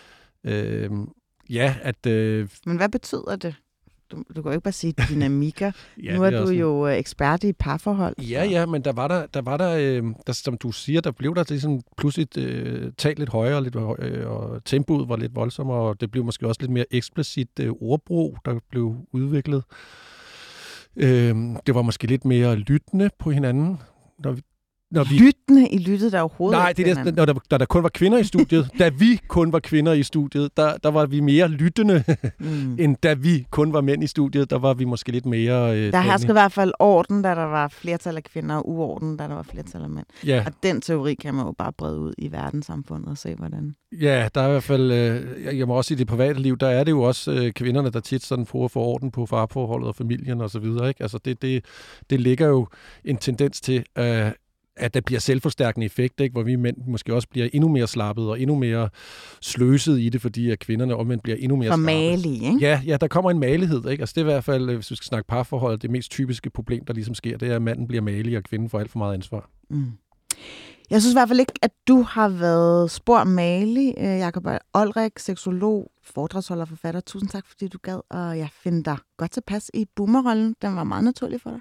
[SPEAKER 4] Men hvad betyder det? Du kan jo ikke bare sige dynamikker. Ja, nu er du jo ekspert i parforhold. Ja, men der var der, som du siger, der blev der ligesom pludselig talt lidt højere, og tempoet var lidt voldsommere, og det blev måske også lidt mere eksplicit ordbrug, der blev udviklet. Det var måske lidt mere lyttende på hinanden.
[SPEAKER 3] Lyttende? I lyttede der overhovedet?
[SPEAKER 4] Nej, det er når der kun var kvinder i studiet. Da vi kun var kvinder i studiet, der var vi mere lyttende, end da vi kun var mænd i studiet. Der var vi måske lidt mere...
[SPEAKER 3] der herskede i hvert fald orden, da der var flertal af kvinder, og uorden, da der var flertal af mænd. Ja. Og den teori kan man jo bare brede ud i verdenssamfundet og se, hvordan...
[SPEAKER 4] Ja, der er i hvert fald... jeg må også i det private liv, der er det jo også kvinderne, der tit sådan prøver at få orden på farforholdet og familien og så videre, ikke? Altså det ligger jo en tendens til... at der bliver selvforstærkende effekt, ikke? Hvor vi mænd måske også bliver endnu mere slappet og endnu mere sløset i det, fordi at kvinderne omvendt bliver endnu mere
[SPEAKER 3] slappet. For malige, ikke?
[SPEAKER 4] Ja, der kommer en malighed, ikke? Altså det er i hvert fald, hvis vi skal snakke parforhold, det mest typiske problem, der ligesom sker, det er, at manden bliver malig, og kvinden får alt for meget ansvar.
[SPEAKER 3] Jeg synes i hvert fald ikke, at du har været spor malig, Jacob Olrik, seksolog, foredragsholder, forfatter. Tusind tak, fordi du gad, og jeg finder dig godt tilpas i boomerrollen. Den var meget naturlig for dig.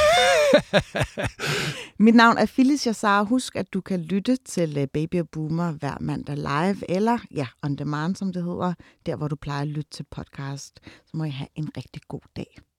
[SPEAKER 3] Mit navn er Phyllis Jassar. Husk, at du kan lytte til Baby og Boomer hver mandag live, eller on demand, som det hedder, der hvor du plejer at lytte til podcast. Så må I have en rigtig god dag.